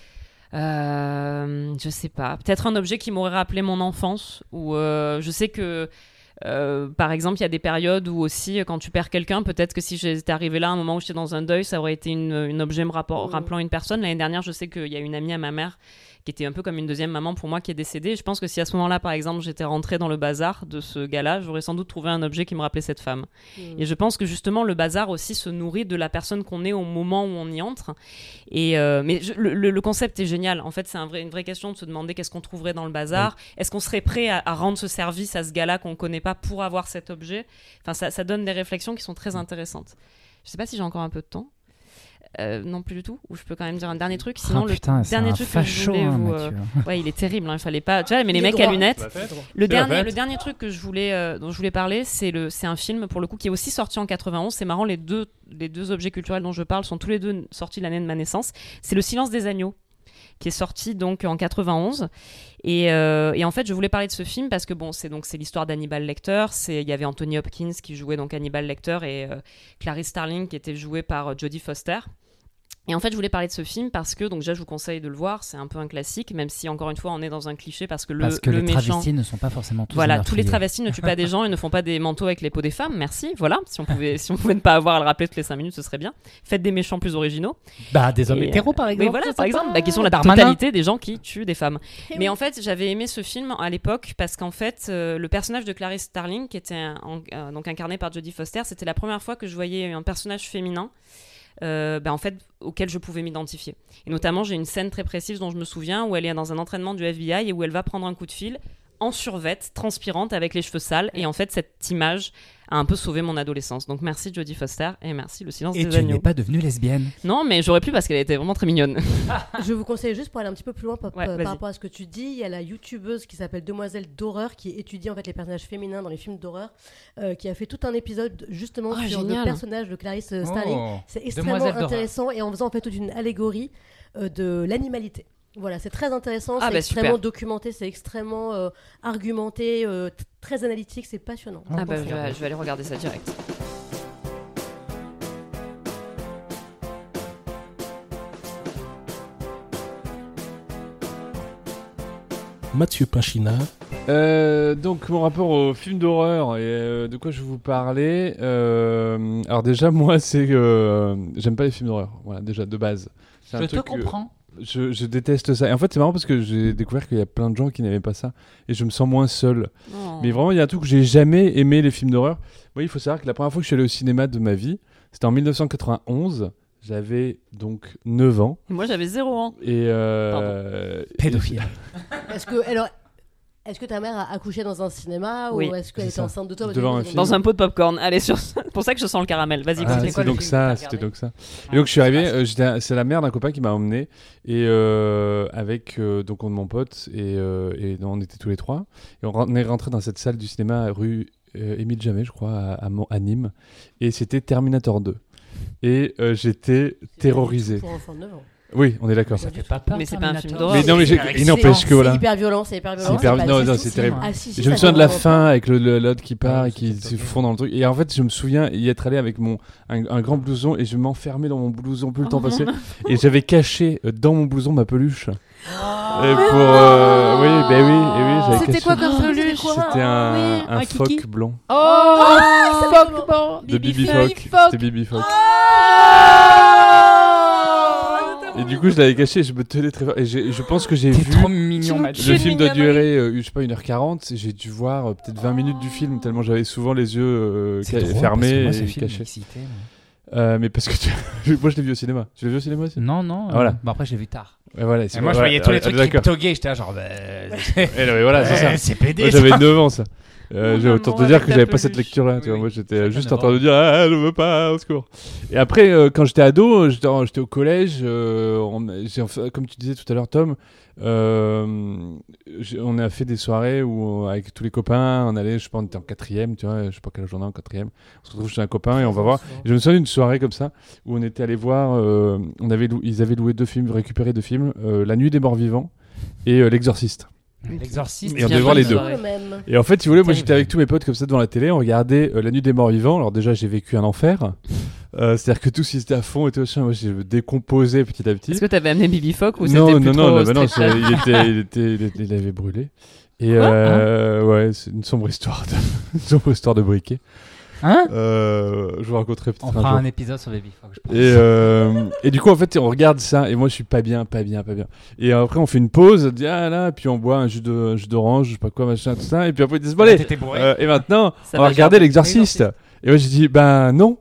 Euh, je sais pas. Peut-être un objet qui m'aurait rappelé mon enfance. Ou euh, je sais que, euh, par exemple, il y a des périodes où aussi, quand tu perds quelqu'un, peut-être que si j'étais arrivé là à un moment où j'étais dans un deuil, ça aurait été une, une objet me rapport, Mmh. rappelant une personne. L'année dernière, je sais qu'il y a une amie à ma mère qui était un peu comme une deuxième maman pour moi qui est décédée. Et je pense que si à ce moment-là, par exemple, j'étais rentrée dans le bazar de ce gars-là, j'aurais sans doute trouvé un objet qui me rappelait cette femme. Mmh. Et je pense que justement, le bazar aussi se nourrit de la personne qu'on est au moment où on y entre. Et euh, mais je- le, le- le concept est génial. En fait, c'est un vrai, une vraie question de se demander qu'est-ce qu'on trouverait dans le bazar. Est-ce qu'on serait prêt à, à rendre ce service à ce gars-là qu'on connaît pas pour avoir cet objet? Enfin, ça, ça donne des réflexions qui sont très intéressantes. Je sais pas si j'ai encore un peu de temps. Euh, non, plus du tout. Ou je peux quand même dire un dernier truc. Sinon, Ah, le putain, c'est dernier un truc que je facho, voulais hein, vous, euh, Mathieu. ouais, il est terrible. Hein, il fallait pas. Tu vois, mais les Il est mecs à droit. lunettes. La fête. Le C'est la dernier, fête. le dernier truc que je voulais, euh, dont je voulais parler, c'est le, c'est un film pour le coup qui est aussi sorti en quatre-vingt-onze. C'est marrant, les deux, les deux objets culturels dont je parle sont tous les deux sortis l'année de ma naissance. C'est Le Silence des agneaux, qui est sorti donc en quatre-vingt-onze. Et, euh, et en fait, je voulais parler de ce film parce que bon, c'est donc c'est l'histoire d'Hannibal Lecter. C'est il y avait Anthony Hopkins qui jouait donc Hannibal Lecter et euh, Clarice Starling qui était jouée par euh, Jodie Foster. Et en fait, je voulais parler de ce film parce que, donc déjà, je vous conseille de le voir. C'est un peu un classique, même si, encore une fois, on est dans un cliché parce que le, Parce que le les méchant... travestis ne sont pas forcément tous Voilà, des tous les meurtriers. travestis ne tuent pas des gens et ne font pas des manteaux avec les peaux des femmes. Merci, voilà. Si on pouvait, si on pouvait ne pas avoir à le rappeler toutes les cinq minutes, ce serait bien. Faites des méchants plus originaux. Bah, des hommes Et, hétéros, par Oui, exemple. voilà, je sais par pas. exemple, bah, qui sont la Darmanin. totalité des gens qui tuent des femmes. Eh Mais oui. en fait, j'avais aimé ce film à l'époque parce qu'en fait, euh, le personnage de Clarice Starling, qui était un- en- euh, donc incarné par Jodie Foster, c'était la première fois que je voyais un personnage féminin. Euh, bah, en fait, auquel je pouvais m'identifier. Et notamment, j'ai une scène très précise dont je me souviens où elle est dans un entraînement du F B I et où elle va prendre un coup de fil en survette, transpirante, avec les cheveux sales. Et en fait, cette image a un peu sauvé mon adolescence. Donc merci Jodie Foster et merci Le Silence Et des tu agneaux. n'es pas devenue lesbienne. Non, mais j'aurais pu parce qu'elle était vraiment très mignonne. Je vous conseille juste pour aller un petit peu plus loin par, Ouais, par vas-y. rapport à ce que tu dis. Il y a la youtubeuse qui s'appelle Demoiselle d'horreur qui étudie en fait les personnages féminins dans les films d'horreur, euh, qui a fait tout un épisode justement Ah, sur génial. le personnage de Clarice euh, Starling. Oh, C'est extrêmement Demoiselle d'horreur. intéressant et en faisant en fait toute une allégorie euh, de l'animalité. Voilà, c'est très intéressant, Ah, c'est bah, extrêmement super. documenté, c'est extrêmement euh, argumenté, euh, t- très analytique, c'est passionnant. Ah bah, je, Attention. vais, je vais aller regarder ça direct. Mathieu Pachina. Euh, donc mon rapport au film d'horreur et euh, de quoi je vais vous parler. euh, alors déjà moi c'est que euh, j'aime pas les films d'horreur. Voilà déjà de base. C'est un Je te truc que- comprends. Je, je déteste ça. Et en fait c'est marrant parce que j'ai découvert qu'il y a plein de gens qui n'aimaient pas ça et je me sens moins seul. Oh. Mais vraiment il y a un truc que j'ai jamais aimé les films d'horreur. Moi il faut savoir que la première fois que je suis allé au cinéma de ma vie, c'était en mille neuf cent quatre-vingt-onze. J'avais donc neuf ans. Et moi, j'avais zéro ans. Et euh, Pédophile. Est-ce que, alors, est-ce que ta mère a accouché dans un cinéma Oui. ou est-ce qu'elle C'est était ça. enceinte de toi? Devant un film. Dans un pot de popcorn. Allez, sur... c'est pour ça que je sens le caramel. Vas-y, Ah, continue. c'était donc ça, c'était donc ça. Et donc je suis arrivé, euh, j'étais à- c'est la mère d'un copain qui m'a emmené et euh, avec euh, donc mon pote et, euh, et on était tous les trois et on ren- on est rentré dans cette salle du cinéma rue euh, Émile Jamet, je crois, à, à, Mon- à Nîmes, et c'était Terminator deux. Et euh, j'étais terrorisé. Pour enfants de neuf ans. Oui, on est d'accord. Ça fait pas peur. Mais c'est pas un film Terminator. d'horreur. Mais non, mais j'ai- il n'empêche que C'est voilà. hyper violent, c'est hyper violent. C'est hyper- pas- non, non, tout. c'est terrible. Ah, si, si, Je me ça souviens de la fait fin avec le, le- l'autre qui part Ouais, et qui c'est se top. fond dans le truc. Et en fait, je me souviens y être allé avec mon un, un grand blouson et je m'enfermais dans mon blouson plus le temps Oh, passait. Et j'avais caché euh, dans mon blouson ma peluche. Et pour euh, oui, ben oui, et oui, j'avais C'était caché. quoi comme Oh, peluche c'était quoi C'était un, Oui, un un phoque kiki. blanc Oh, fuck, bon. de Bibi Phoque. C'était Bibi Phoque. Et du coup, je l'avais caché et je me tenais très fort. Et j'ai- je pense que j'ai T'es vu. trop mignon, Tu- Mathieu. Le Une film doit mignonnerie. durer, euh, je sais pas, une heure quarante. J'ai dû voir euh, peut-être vingt minutes du film, tellement j'avais souvent les yeux euh, C'est ca- drôle, fermés parce que moi, et ce film cachés. m'excitait, moi. Euh, mais parce que tu... moi je l'ai vu au cinéma. Tu l'as vu au cinéma aussi? Non, non. Ah, voilà. euh, bah après, je l'ai vu tard. Ouais, voilà, c'est Et moi, ouais, je voyais ouais, tous les ouais, trucs qui d'accord. me toguaient. J'étais là, genre, bah. Eh non, mais voilà, c'est ça. euh, C'est P D. Moi ça. j'avais neuf ans ça. Euh, j'ai Maman autant te avec dire que ta j'avais pas cette peluche. lecture là. Tu Oui, vois, oui. moi j'étais Chacun juste de en train de bord. dire ah, je veux pas, au secours. Et après, euh, quand j'étais ado, j'étais, en- j'étais au collège. euh, on, j'ai, enfin, comme tu disais tout à l'heure, Tom, euh, j'ai- on a fait des soirées où euh, avec tous les copains, on allait, je sais pas, on était en quatrième, tu vois, je sais pas quel âge on est en quatrième. On se retrouve chez un copain et on va voir. Et je me souviens d'une soirée comme ça où on était allé voir, euh, on avait lou- ils avaient loué deux films, récupéré deux films, euh, La Nuit des Morts Vivants et euh, L'Exorciste. L'exorciste. Et on Bien devait voir les deux. soirée. le même. Et en fait, si vous voulez, moi Terrible. j'étais avec tous mes potes comme ça devant la télé, on regardait euh, La Nuit des Morts Vivants. Alors déjà, j'ai vécu un enfer. Euh, c'est-à-dire que tous ils étaient à fond et tout ça. Moi, j'ai décomposé petit à petit. Est-ce que t'avais amené Bibi Phoque ou non, c'était non, plus non, trop non, bah non, strict c'est- il, était, il, était, il, était- il avait brûlé. Et euh, ouais, c'est une sombre histoire de, une sombre histoire de briquet. Hein Euh, je vous raconterai peut-être On un fera jour. un épisode sur Baby Fox, je pense. Et, euh, et du coup, en fait, on regarde ça, et moi, je suis pas bien, pas bien, pas bien. Et après, on fait une pause, on dit, ah là, puis on boit un jus, de, un jus d'orange, je sais pas quoi, machin, tout ça, et puis après, ils disent, bon, allez, T'étais bourré. euh, et maintenant, Ça on va va regarder garder. l'exorciste. Et moi, j'ai dit, ben non.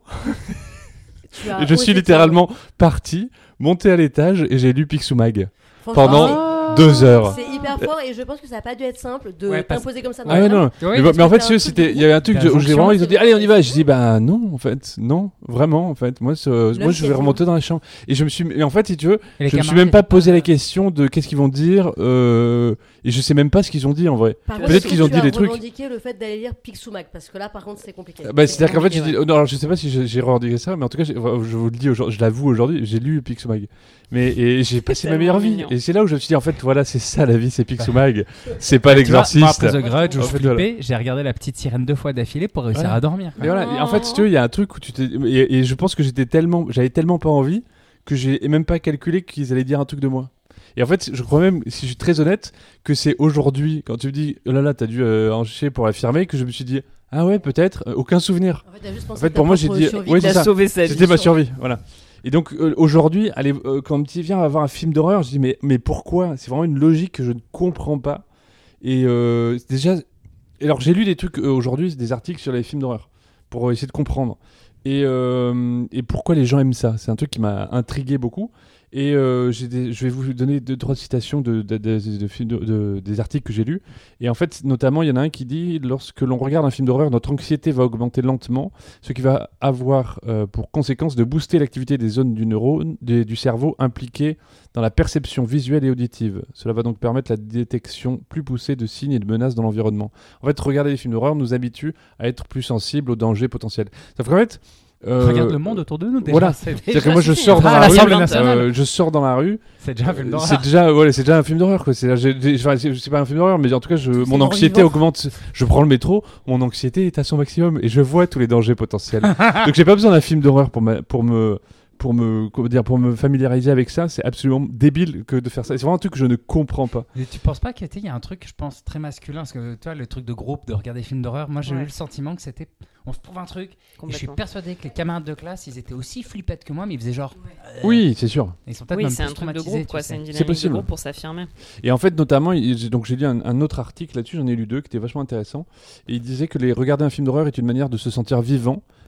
Tu as Et je osé suis littéralement parti, monté à l'étage, et j'ai lu Picsou Mag faire- pendant Franchement, deux heures. c'est hyper fort et je pense que ça n'a pas dû être simple de Ouais, parce- t'imposer comme ça dans Ah la ouais, table. non. Oui, mais, parce mais en que fait, t'as si, un c'était, truc il y avait un truc de- de- où j'ai d'injonction, vraiment, ils ont dit, c'est allez, on y va. vrai. J'ai dit, bah non, en fait, non, vraiment, en fait, moi, ce- moi, je vais c'est remonter dans la chambre. Et je me suis, et en fait, si tu veux, Et les je me suis camarades même pas étaient posé la question de qu'est-ce qu'ils vont dire, euh, et je sais même pas ce qu'ils ont dit en vrai. Par Peut-être contre, est-ce qu'ils que ont tu dit as des trucs. revendiqué le fait d'aller lire Picsou Mag parce que là, par contre, c'est compliqué. Bah, c'est-à-dire qu'en fait, j'ai compliqué, dit, oh, non, alors, je sais pas si j'ai- j'ai revendiqué ça, mais en tout cas, j'ai- je vous le dis, aujourd'hui- je l'avoue aujourd'hui, j'ai lu Picsou Mag. Mais et j'ai passé ma tellement meilleure vie. mignon. Et c'est là où je me suis dit, en fait, voilà, c'est ça la vie, c'est Picsou Mag. C'est pas Tu vois, l'exorciste. Moi, après The Grudge, où En je fait, flippais, j'ai regardé La Petite Sirène deux fois d'affilée pour réussir Voilà. à dormir. Mais voilà, et en fait, si tu veux, il y a un truc où tu t'es. Et, et je pense que j'étais tellement. J'avais tellement pas envie que j'ai même pas calculé qu'ils allaient dire un truc de moi. Et en fait, je crois même, si je suis très honnête, que c'est aujourd'hui, quand tu me dis, oh là là, t'as dû euh, en chier pour affirmer, que je me suis dit, ah ouais, peut-être, euh, aucun souvenir. En fait, t'as juste pensé En fait, à ta pour moi, j'ai propre dit- survie. ouais, Il c'est a ça. sauvé sa vie. C'était ma survie, voilà. Et donc, euh, aujourd'hui, allez, euh, quand on me dit, viens, on va voir un film d'horreur, je dis, mais, mais pourquoi? C'est vraiment une logique que je ne comprends pas. Et euh, c'est déjà. Alors, j'ai lu des trucs euh, aujourd'hui, des articles sur les films d'horreur, pour essayer de comprendre. Et, euh, et pourquoi les gens aiment ça? C'est un truc qui m'a intrigué beaucoup. Et euh, j'ai des- je vais vous donner deux, trois citations de, de, de, de, films de- de- des articles que j'ai lus. Et en fait, notamment, il y en a un qui dit, lorsque l'on regarde un film d'horreur, notre anxiété va augmenter lentement, ce qui va avoir euh, pour conséquence de booster l'activité des zones du neurone, des- du cerveau impliquées dans la perception visuelle et auditive. Cela va donc permettre la détection plus poussée de signes et de menaces dans l'environnement. En fait, regarder les films d'horreur nous habitue à être plus sensibles aux dangers potentiels. Ça fait qu'en fait... euh, Regarde le monde autour de nous déjà. voilà. C'est C'est-à-dire que moi, je suffit. sors dans Ah, la rue, l'Assemblée nationale. euh, je sors dans la rue, c'est déjà un film euh, d'horreur. c'est déjà, ouais, c'est déjà un film d'horreur, quoi. C'est, j'ai- j'ai- enfin, c'est, c'est pas un film d'horreur, mais en tout cas, je, C'est mon mort anxiété vivant. augmente. Je prends le métro, mon anxiété est à son maximum et je vois tous les dangers potentiels. Donc, j'ai pas besoin d'un film d'horreur pour, ma- pour me, pour me, comment dire, pour me familiariser avec ça. C'est absolument débile que de faire ça. C'est vraiment un truc que je ne comprends pas. Et tu penses pas qu'il y a un truc, je pense, très masculin, parce que tu vois, le truc de groupe, de regarder des films d'horreur, moi j'ai Ouais. eu le sentiment que c'était. On se trouve un truc, et je suis Complètement. persuadé que les camarades de classe, ils étaient aussi flippettes que moi, mais ils faisaient genre. euh, Oui, c'est sûr. Ils sont peut-être Oui, même c'est un plus truc de traumatisés, groupe, quoi. tu C'est une sais. dynamique de possible. groupe pour s'affirmer. Et en fait, notamment, il- j'ai- donc j'ai lu un, un autre article là-dessus, j'en ai lu deux qui étaient vachement intéressants. Et il disait que les, regarder un film d'horreur est une manière de se sentir vivant,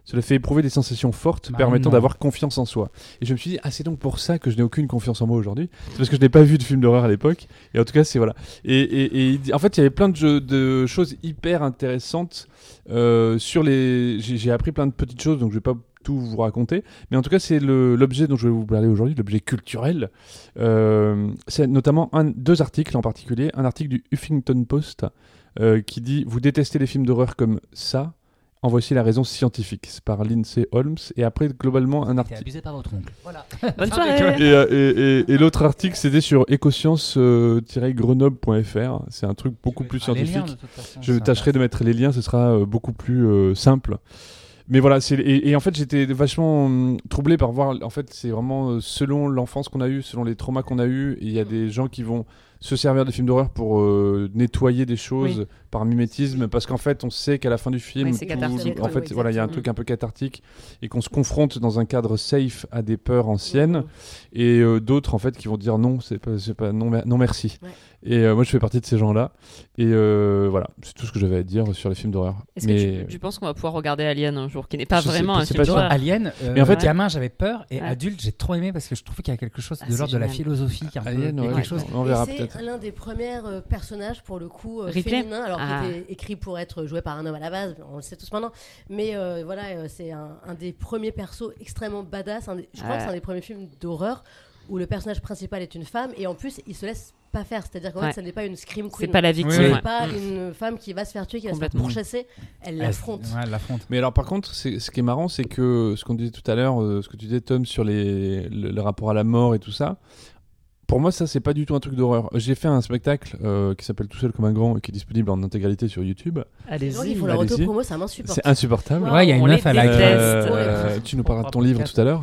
Cela fait éprouver des sensations fortes Bah permettant non. d'avoir confiance en soi. Et je me suis dit, ah, c'est donc pour ça que je n'ai aucune confiance en moi aujourd'hui. C'est parce que je n'ai pas vu de film d'horreur à l'époque. Et en tout cas, c'est voilà. Et, et, et en fait, il y avait plein de, jeux, de choses hyper intéressantes euh, sur les. J'ai, j'ai appris plein de petites choses, donc je vais pas tout vous raconter. Mais en tout cas, c'est le, l'objet dont je vais vous parler aujourd'hui, l'objet culturel. Euh, c'est notamment un, deux articles en particulier. Un article du Huffington Post euh, qui dit « Vous détestez les films d'horreur comme ça ?» En voici la raison scientifique. C'est par Lindsay Holmes. Et après, globalement, un T'es article. abusé par votre oncle. Voilà. Bonne soirée. Et, euh, et, et, et l'autre article, c'était sur écosciences tiret grenoble point f r. C'est un truc beaucoup plus Ah, les liens, scientifique. de toute façon, Je ça tâcherai passe. de mettre les liens, ce sera euh, beaucoup plus euh, simple. Mais voilà, c'est, et, et en fait, j'étais vachement hum, troublé par voir. En fait, c'est vraiment euh, selon l'enfance qu'on a eue, selon les traumas qu'on a eus. Il y a des gens qui vont se servir des films d'horreur pour euh, nettoyer des choses Oui. par mimétisme, parce qu'en fait, on sait qu'à la fin du film, Oui, c'est tout- cathartique. en fait, Oui, voilà, il y a un exactement. truc un peu cathartique et qu'on se confronte dans un cadre safe à des peurs anciennes, et euh, d'autres en fait qui vont dire non, c'est pas, c'est pas non, mer- non merci. Ouais. Et euh, moi, je fais partie de ces gens-là. Et euh, voilà, c'est tout ce que j'avais à dire sur les films d'horreur. Est-ce Mais que tu, tu penses qu'on va pouvoir regarder Alien un jour, qui n'est pas Je sais vraiment pas, un c'est film pas Tu vois, d'horreur? Alien, euh, Mais en fait, gamin j'avais peur et Ouais. adulte j'ai trop aimé parce que je trouvais qu'il y a quelque chose Ah, de c'est l'ordre de la génial. philosophie. un peu- Alien, il y a ouais, quelque chose. on, on verra Et peut-être. c'est l'un des premiers euh, personnages, pour le coup, euh, Ripley féminin, alors Ah. qui était écrit pour être joué par un homme à la base, on le sait tous maintenant. Mais euh, voilà, euh, c'est un, un des premiers persos extrêmement badass. Un des- je crois Ouais. que c'est un des premiers films d'horreur où le personnage principal est une femme et en plus, il se laisse pas faire. C'est-à-dire qu'en Ouais. fait, ça n'est pas une scream C'est queen. pas la Oui, victime. oui. C'est ouais. pas une femme qui va se faire tuer, qui va se faire Complètement. pourchasser. Elle Elle- l'affronte. Ouais, elle l'affronte. Mais alors par contre, c'est, ce qui est marrant, c'est que ce qu'on disait tout à l'heure, euh, ce que tu disais Tom sur les, le, le rapport à la mort et tout ça, pour moi ça c'est pas du tout un truc d'horreur. J'ai fait un spectacle euh, qui s'appelle Tout seul comme un grand et qui est disponible en intégralité sur YouTube. Les gens qui Allez-y. font leur allez-y. auto-promo, ça m'insupporte. C'est insupportable. Ouais, Ouais, il y a une on meuf les à la déteste. Euh, tu nous parleras de ton livre tout à l'heure.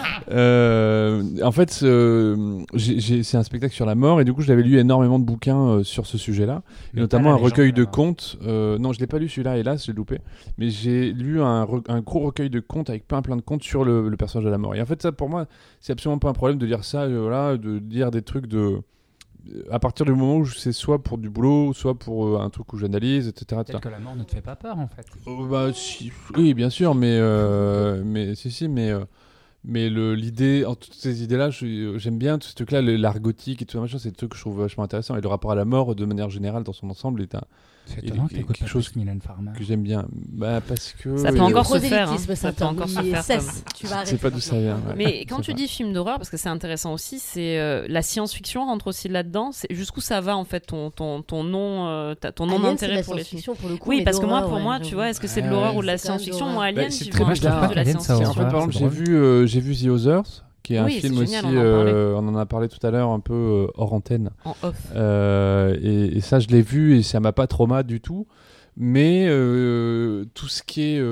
Euh, en fait, euh, j'ai, j'ai- c'est un spectacle sur la mort et du coup, j'avais lu énormément de bouquins euh, sur ce sujet-là, et Mais notamment pas un la légende recueil de de la mort. contes. Euh, non, je l'ai pas lu celui-là, hélas, j'ai loupé. Mais j'ai lu un, re- un gros recueil de contes avec plein plein de contes sur le, le personnage de la mort. Et en fait, ça, pour moi, c'est absolument pas un problème de dire ça, euh, voilà, de dire des trucs de à partir du moment où c'est soit pour du boulot, soit pour euh, un truc où j'analyse, et cetera et cetera. Peut-être que la mort ne te fait pas peur en fait. Oh, bah, si- oui, bien sûr, mais, euh, mais si, si, mais, euh, mais le, l'idée, en toutes ces idées-là, je- j'aime bien tout ce truc-là, le- l'art gothique et tout ça, machin, c'est des trucs que je trouve vachement intéressant. Et le rapport à la mort, de manière générale, dans son ensemble, est un C'est Et- étonnant et que t'écoutes quelque pas chose plus Mylène Farmer. que j'aime bien. Bah, parce que. Ça peut C'est encore le se faire, hein. prosélytisme, Ça peut Tom. encore se Il faire, cesse. Tom. Tu vas arrêter Je sais pas d'où ça vient. ouais. Mais quand Je tu sais dis film d'horreur, parce que c'est intéressant aussi, c'est euh, la science-fiction rentre aussi là-dedans. C'est jusqu'où ça va en fait ton ton ton nom euh, ta- ton nom Alien, c'est de d'intérêt la pour les films. science-fiction pour le coup. Oui, mais parce que moi, d'horreur, pour ouais, moi, j'avoue. tu vois, est-ce que c'est de Ouais, l'horreur ouais. ou de la C'est quand même science-fiction? d'horreur. Moi, Alien, Bah, c'est j'y très vois un bizarre. peu plus de la Alien, ça Parce qu'en science-fiction. fait, par exemple, c'est j'ai drôle. vu, euh, j'ai vu The Others, qui est un Oui, film c'est aussi, génial, on en parlait. euh, on en a parlé tout à l'heure, un peu euh, hors antenne. En off. Euh, et, et ça, je l'ai vu et ça m'a pas trauma du tout. Mais euh, tout ce qui est.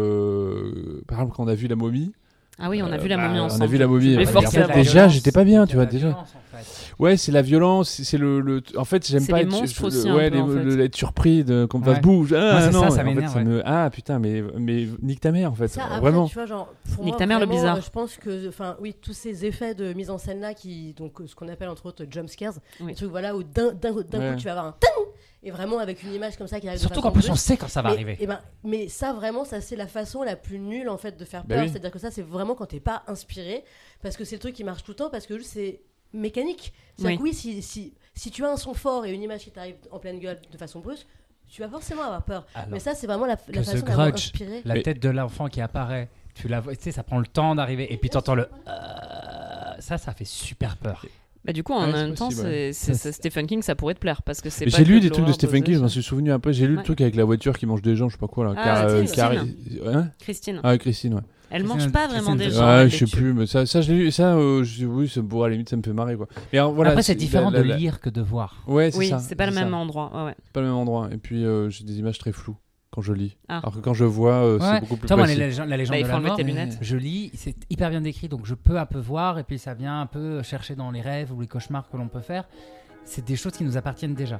euh, par exemple, quand on a vu La Momie. Ah oui, on a Euh, vu la bah, momie on a ensemble. vu La Momie. Mais Et forcément. en fait, La déjà, violence, j'étais pas bien, c'est tu vois, la déjà. violence, en fait. Ouais, c'est la violence, c'est c'est le, le. En fait, j'aime C'est pas les être, monstres le- aussi, un ouais, peu, les- en fait. le- être surpris de, qu'on me fasse Ouais. bouge. Ah, Moi, c'est non, ça, ça et en fait, m'énerve, ça ouais. me. Ah, putain, mais, mais nique ta mère, en fait. Ça, après, Vraiment. tu vois, genre, pour Nique moi, ta mère, le vraiment, bizarre. euh, je pense que, enfin, oui, tous ces effets de mise en scène là, qui, donc, euh, ce qu'on appelle entre autres jump scares, Oui. des trucs, voilà, où d'un, d'un, d'un Ouais. coup, tu vas avoir un ting, et vraiment avec une image comme ça qui arrive. de Surtout façon qu'en plus on brusque. sait quand ça va mais, arriver. eh ben, mais ça, vraiment, ça, c'est la façon la plus nulle, en fait, de faire Bah peur. oui. C'est-à-dire que ça, c'est vraiment quand t'es pas inspiré, parce que c'est le truc qui marche tout le temps, parce que juste, c'est mécanique. C'est-à-dire Oui. que oui, si, si, si tu as un son fort et une image qui t'arrive en pleine gueule de façon brusque, tu vas forcément avoir peur. Alors, mais ça, c'est vraiment la, que la The façon d'avoir Grudge, inspiré. La Mais- tête de l'enfant qui apparaît, tu la vois, tu sais, ça prend le temps d'arriver et puis t'entends le. euh, Ça, ça fait super peur. Bah, du coup, en Ouais, c'est même temps, possible, c'est, c'est- Ça, c'est c'est- Stephen King, ça pourrait te plaire parce que c'est Mais pas j'ai que lu de des trucs de l'horreur Stephen King, je m'en posée. suis souvenu un peu. J'ai lu Ouais. le truc avec la voiture qui mange des gens, je sais pas quoi là. Ah, Car- euh, Christine. car- hein Christine. Ah, Christine, ouais. Elle Christine- mange pas vraiment Christine des de- gens. Ouais, elle je les sais tue. plus, mais ça, ça je l'ai lu. Ça, euh, je- oui, ça, bon, à la limite, ça me fait marrer quoi. Mais alors, voilà, Après, c'est différent la- de la- lire que de voir. Ouais, c'est Oui, ça. c'est pas le ça. même endroit. Ouais, ouais. Pas le même endroit. Et puis, euh, j'ai des images très floues quand je lis. Ah. Alors que quand je vois, euh, Ouais. c'est beaucoup plus Toi, moi, précis. la, légende- la légende Bah, il de faut la enlever mort, tes mais- lunettes. je lis, c'est hyper bien décrit, donc je peux un peu voir et puis ça vient un peu chercher dans les rêves ou les cauchemars que l'on peut faire. C'est des choses qui nous appartiennent déjà.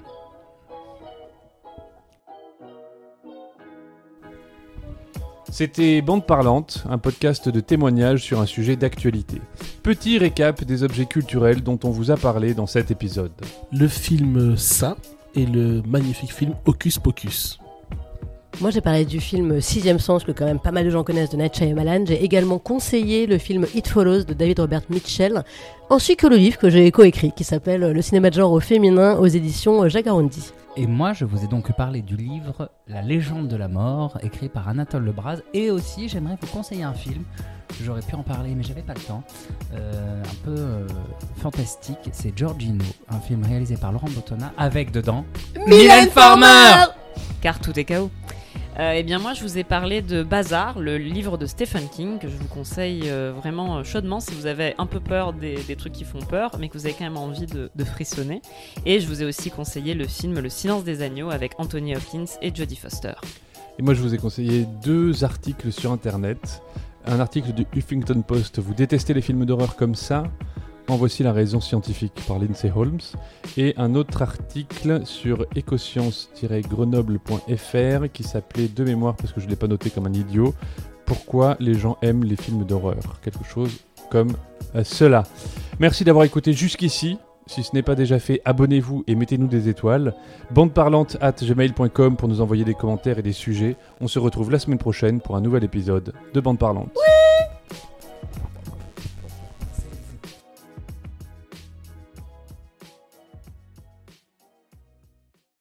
C'était Bande Parlante, un podcast de témoignages sur un sujet d'actualité. Petit récap des objets culturels dont on vous a parlé dans cet épisode. Le film Ça et le magnifique film Hocus Pocus. Moi, j'ai parlé du film Sixième Sens, que quand même pas mal de gens connaissent, de Night Shyamalan. J'ai également conseillé le film It Follows de David Robert Mitchell, ainsi que le livre que j'ai coécrit, qui s'appelle Le cinéma de genre au féminin, aux éditions Jacques Arondi. Et moi, je vous ai donc parlé du livre La légende de la mort, écrit par Anatole Lebras. Et aussi, j'aimerais vous conseiller un film. J'aurais pu en parler, mais j'avais pas le temps. Euh, un peu euh, fantastique. C'est Giorgino, un film réalisé par Laurent Bottona, avec dedans Mylène Farmer. Car tout est K O. Euh, eh bien moi je vous ai parlé de Bazar, le livre de Stephen King que je vous conseille euh, vraiment chaudement si vous avez un peu peur des, des trucs qui font peur mais que vous avez quand même envie de, de frissonner. Et je vous ai aussi conseillé le film Le Silence des agneaux avec Anthony Hopkins et Jodie Foster. Et moi je vous ai conseillé deux articles sur internet. Un article du Huffington Post, vous détestez les films d'horreur comme ça ? En voici la raison scientifique par Lindsay Holmes, et un autre article sur ecosciences tiret grenoble point f r qui s'appelait de mémoire, parce que je ne l'ai pas noté comme un idiot, pourquoi les gens aiment les films d'horreur, quelque chose comme euh, cela. Merci d'avoir écouté jusqu'ici. Si ce n'est pas déjà fait, abonnez-vous et mettez-nous des étoiles. bandeparlante arobase gmail point com pour nous envoyer des commentaires et des sujets. On se retrouve la semaine prochaine pour un nouvel épisode de Bande Parlante. Oui.